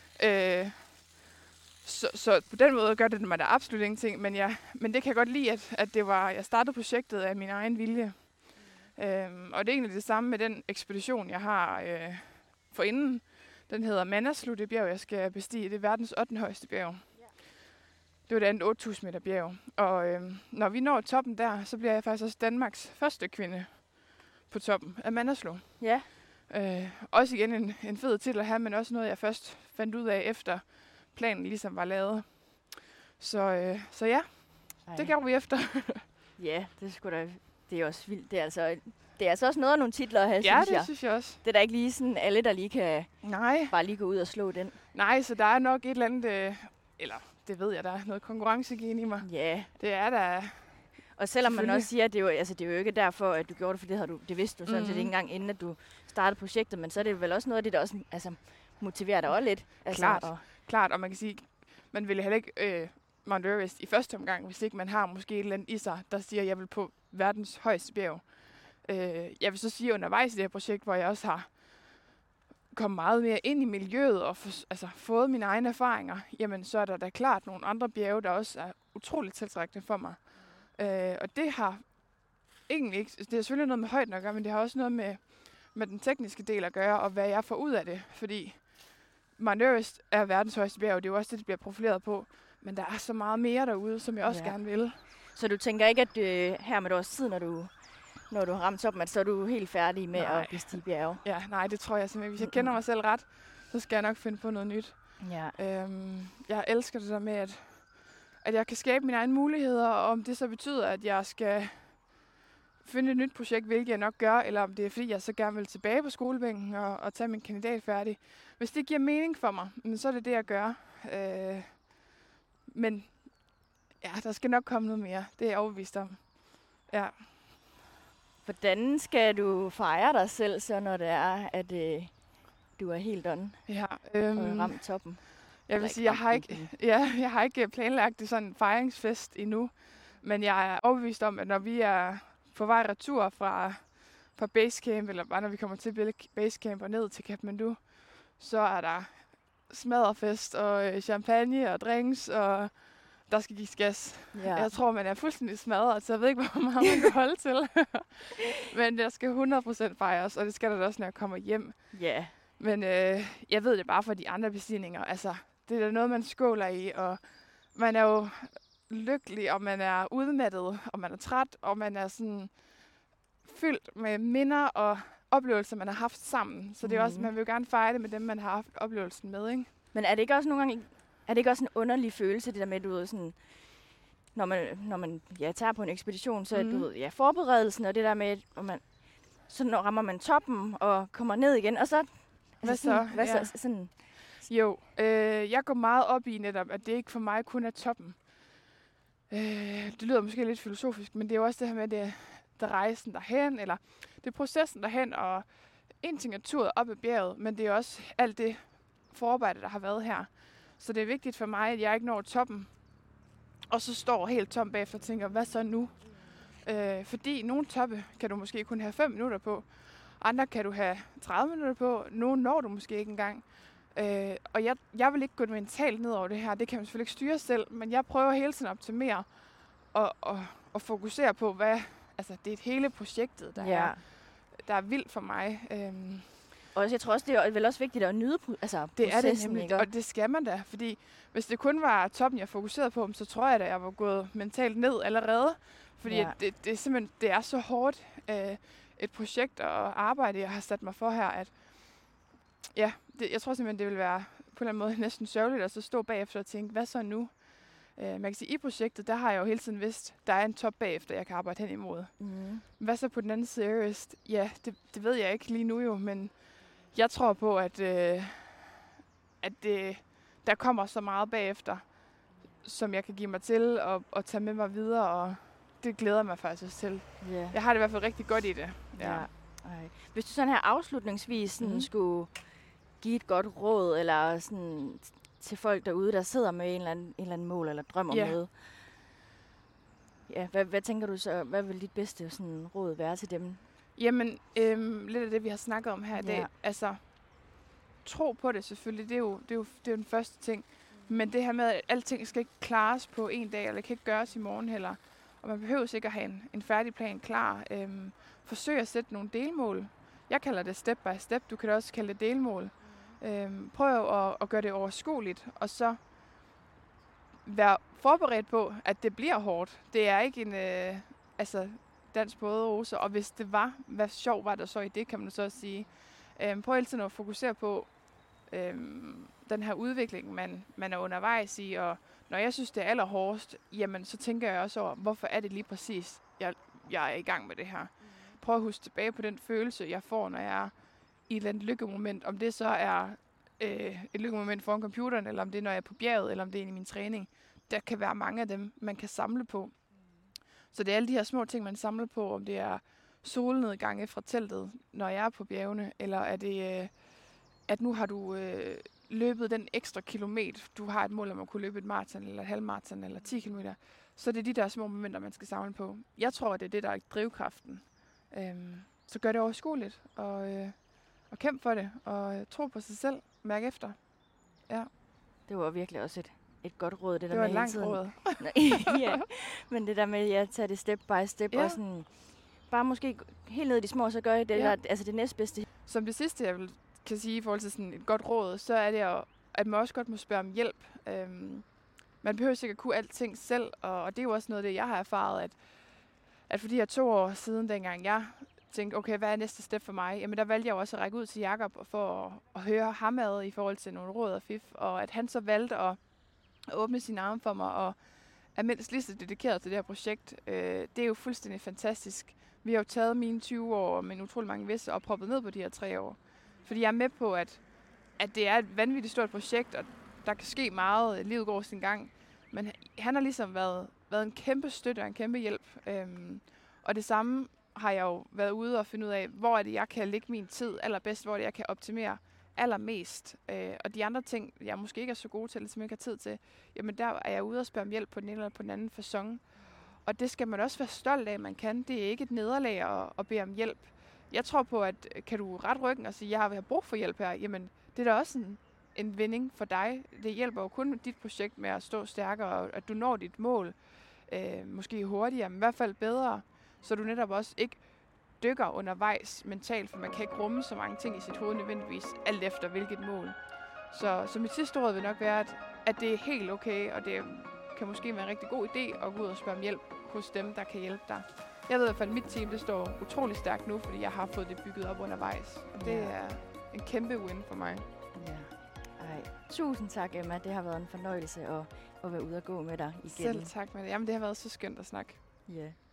Så på den måde gør det mig da absolut ingenting, men det kan jeg godt lide, at jeg startede projektet af min egen vilje. Og det er egentlig det samme med den ekspedition, jeg har forinden. Den hedder Manaslu, det bjerg, jeg skal bestige. Det er verdens 8. højeste bjerg. Det var det andet 8.000 meter bjerg. Og når vi når toppen der, så bliver jeg faktisk også Danmarks første kvinde på toppen af Manaslu. Ja. Også igen en fed titel at have, men også noget, jeg først fandt ud af, efter planen ligesom var lavet. Så ja, det går vi efter. Ja, det er også vildt. Det er altså også noget af nogle titler at have, ja, synes jeg. Det synes jeg også. Det er da ikke lige sådan alle, der lige kan bare lige gå ud og slå den. Nej, så der er nok et eller andet, eller det ved jeg, der er noget konkurrencegen i mig. Ja. Det er der. Og selvom man også siger, at det er jo ikke derfor, at du gjorde det, for det vidste du sådan set ikke engang, inden at du startede projektet, men så er det vel også noget af det, der også motiverer dig også lidt. Klart, og man kan sige, man ville heller ikke Mount Everest i første omgang, hvis ikke man har måske et eller andet i sig, der siger, at jeg vil på verdens højeste bjerg. Jeg vil så sige undervejs i det her projekt, hvor jeg også har kommet meget mere ind i miljøet og fået mine egne erfaringer, jamen så er der da klart nogle andre bjerge, der også er utroligt tiltrækkende for mig. Og det har egentlig ikke, det er selvfølgelig noget med højden at gøre, men det har også noget med den tekniske del at gøre, og hvad jeg får ud af det, fordi Mount Everest er verdens højeste bjerg, og det er jo også det bliver profileret på, men der er så meget mere derude, som jeg også gerne vil. Så du tænker ikke, at her med et års tid, når du har ramt toppen, at så er du helt færdig med at bestige bjerge? Ja, nej, det tror jeg simpelthen. Hvis jeg kender mig selv ret, så skal jeg nok finde på noget nyt. Ja. Jeg elsker det der med, at jeg kan skabe mine egne muligheder, og om det så betyder, at jeg skal finde et nyt projekt, hvilket jeg nok gør, eller om det er, fordi jeg så gerne vil tilbage på skolebænken og tage min kandidat færdig. Hvis det giver mening for mig, så er det det, jeg gør. Men ja, der skal nok komme noget mere. Det er jeg overbevist om. Ja. Hvordan skal du fejre dig selv, så når det er, at du er helt done og ramt toppen? Jeg vil sige, jeg har ikke planlagt det sådan en fejringsfest endnu, men jeg er overbevist om, at når vi er på vej retur fra Basecamp, eller bare når vi kommer til Basecamp og ned til Kathmandu, så er der smadderfest og champagne og drinks, og der skal gives gas. Ja. Jeg tror, man er fuldstændig smadret, så jeg ved ikke, hvor meget man kan holde til. Men der skal 100% fejres, og det skal der også, når jeg kommer hjem. Ja. Yeah. Men jeg ved det bare fra de andre bestigninger. Altså, det er da noget, man skåler i, og man er jo lykkelig, og man er udmattet, og man er træt, og man er sådan fyldt med minder og oplevelser, man har haft sammen. Så det er også, man vil jo gerne fejre det med dem, man har haft oplevelsen med, ikke? Men er det ikke også nogle gange, er det ikke også en underlig følelse, det der med, du ved, sådan, når man tager på en ekspedition, så du ved, forberedelsen og det der med, så rammer man toppen og kommer ned igen, og så, hvad så? Sådan, Jo, jeg går meget op i netop, at det ikke for mig kun er toppen. Det lyder måske lidt filosofisk, men det er jo også det her med, det er rejsen derhen, eller det er processen derhen, og en ting er turet op ad bjerget, men det er også alt det forarbejde, der har været her. Så det er vigtigt for mig, at jeg ikke når toppen, og så står helt tom bagefter og tænker, hvad så nu? Fordi nogle toppe kan du måske kun have 5 minutter på, andre kan du have 30 minutter på, nogle når du måske ikke engang. Og jeg vil ikke gå mentalt ned over det her, det kan man selvfølgelig ikke styre selv, men jeg prøver hele tiden at optimere og fokusere på, hvad, altså det er et hele projektet, der er vildt for mig. Og jeg tror også, det er vel også vigtigt at nyde processen. Det er det nemlig, og det skal man da, fordi hvis det kun var toppen, jeg fokuserede på, så tror jeg da, jeg var gået mentalt ned allerede. Fordi det er simpelthen, det er så hårdt et projekt og arbejde, jeg har sat mig for her, at ja, jeg tror simpelthen, det vil være på en eller anden måde næsten sørgeligt at så stå bagefter og tænke, hvad så nu? Man kan sige, i projektet, der har jeg jo hele tiden vidst, der er en top bagefter, jeg kan arbejde hen imod. Mm. Hvad så på den anden side, Everest? Ja, det ved jeg ikke lige nu jo, men jeg tror på, at der kommer så meget bagefter, som jeg kan give mig til og tage med mig videre, og det glæder mig faktisk til. Yeah. Jeg har det i hvert fald rigtig godt i det. Ja. Hvis du sådan her afslutningsvis sådan skulle give et godt råd, eller sådan til folk derude, der sidder med en eller anden mål eller drøm om noget. Ja, hvad tænker du så, hvad vil dit bedste sådan råd være til dem? Jamen, lidt af det, vi har snakket om her i dag. Altså, tro på det selvfølgelig, det er jo den første ting. Men det her med, at alting skal ikke klares på en dag, eller kan ikke gøres i morgen heller. Og man behøver sikkert have en færdig plan klar. Forsøg at sætte nogle delmål. Jeg kalder det step by step, du kan da også kalde det delmål. Prøv at gøre det overskueligt, og så være forberedt på, at det bliver hårdt. Det er ikke en dans på røde roser, og hvis det var, hvad sjov var der så i det, kan man så også sige. Prøv hele tiden at fokusere på den her udvikling, man er undervejs i, og når jeg synes, det er allerhårdest, jamen så tænker jeg også over, hvorfor er det lige præcis, jeg er i gang med det her. Prøv at huske tilbage på den følelse, jeg får, når jeg er i et eller andet lykkemoment. Om det så er et lykkemoment foran computeren, eller om det er, når jeg er på bjerget, eller om det er i min træning. Der kan være mange af dem, man kan samle på. Så det er alle de her små ting, man samler på, om det er solnedgange fra teltet, når jeg er på bjergene, eller er det, at nu har du løbet den ekstra kilometer, du har et mål om at kunne løbe et maraton, eller et halvmaraton, eller 10 kilometer. Så det er de der små momenter, man skal samle på. Jeg tror, det er det, der er drivkraften. Så gør det overskueligt, og kæmp for det, og tro på sig selv, mærk efter. Ja. Det var virkelig også et godt råd, det der var med et langt råd. Ja, men det der med at tage det step by step, og sådan, bare måske helt ned i de små, så gør jeg det, altså det næstbedste. Som det sidste, jeg kan sige i forhold til sådan et godt råd, så er det, at man også godt må spørge om hjælp. Man behøver sikkert kunne alting selv, og det er jo også noget af det, jeg har erfaret, at fordi jeg 2 år siden, dengang jeg tænkte, okay, hvad er næste step for mig? Jamen der valgte jeg jo også at række ud til Jakob for at høre ham ad i forhold til nogle råd og fif, og at han så valgte at åbne sin arme for mig, og er mindst lige så dedikeret til det her projekt. Det er jo fuldstændig fantastisk. Vi har jo taget mine 20 år med utrolig mange visser og proppet ned på de her 3 år. Fordi jeg er med på, at det er et vanvittigt stort projekt, og der kan ske meget, livet går sin gang. Men han har ligesom været en kæmpe støtte og en kæmpe hjælp. Og det samme har jeg jo været ude og finde ud af, hvor er det, jeg kan lægge min tid allerbedst, hvor er det, jeg kan optimere allermest. Og de andre ting, jeg måske ikke er så god til, eller som jeg ikke har tid til, jamen der er jeg ude og spørge om hjælp på den ene eller på den anden facon. Og det skal man også være stolt af, at man kan. Det er ikke et nederlag at bede om hjælp. Jeg tror på, at kan du rette ryggen og sige, jeg har brug for hjælp her, jamen det er da også en vinding for dig. Det hjælper jo kun dit projekt med at stå stærkere, og at du når dit mål. Måske hurtigere, men i hvert fald bedre. Så du netop også ikke dykker undervejs mentalt, for man kan ikke rumme så mange ting i sit hoved nødvendigvis, alt efter hvilket mål. Så mit sidste råd vil nok være, at det er helt okay, og det kan måske være en rigtig god idé at gå ud og spørge om hjælp hos dem, der kan hjælpe dig. Jeg ved i hvert fald, at mit team det står utrolig stærkt nu, fordi jeg har fået det bygget op undervejs. Og det er en kæmpe win for mig. Ja. Tusind tak, Emma. Det har været en fornøjelse at være ude og gå med dig igen. Selv tak med det. Jamen, det har været så skønt at snakke. Ja.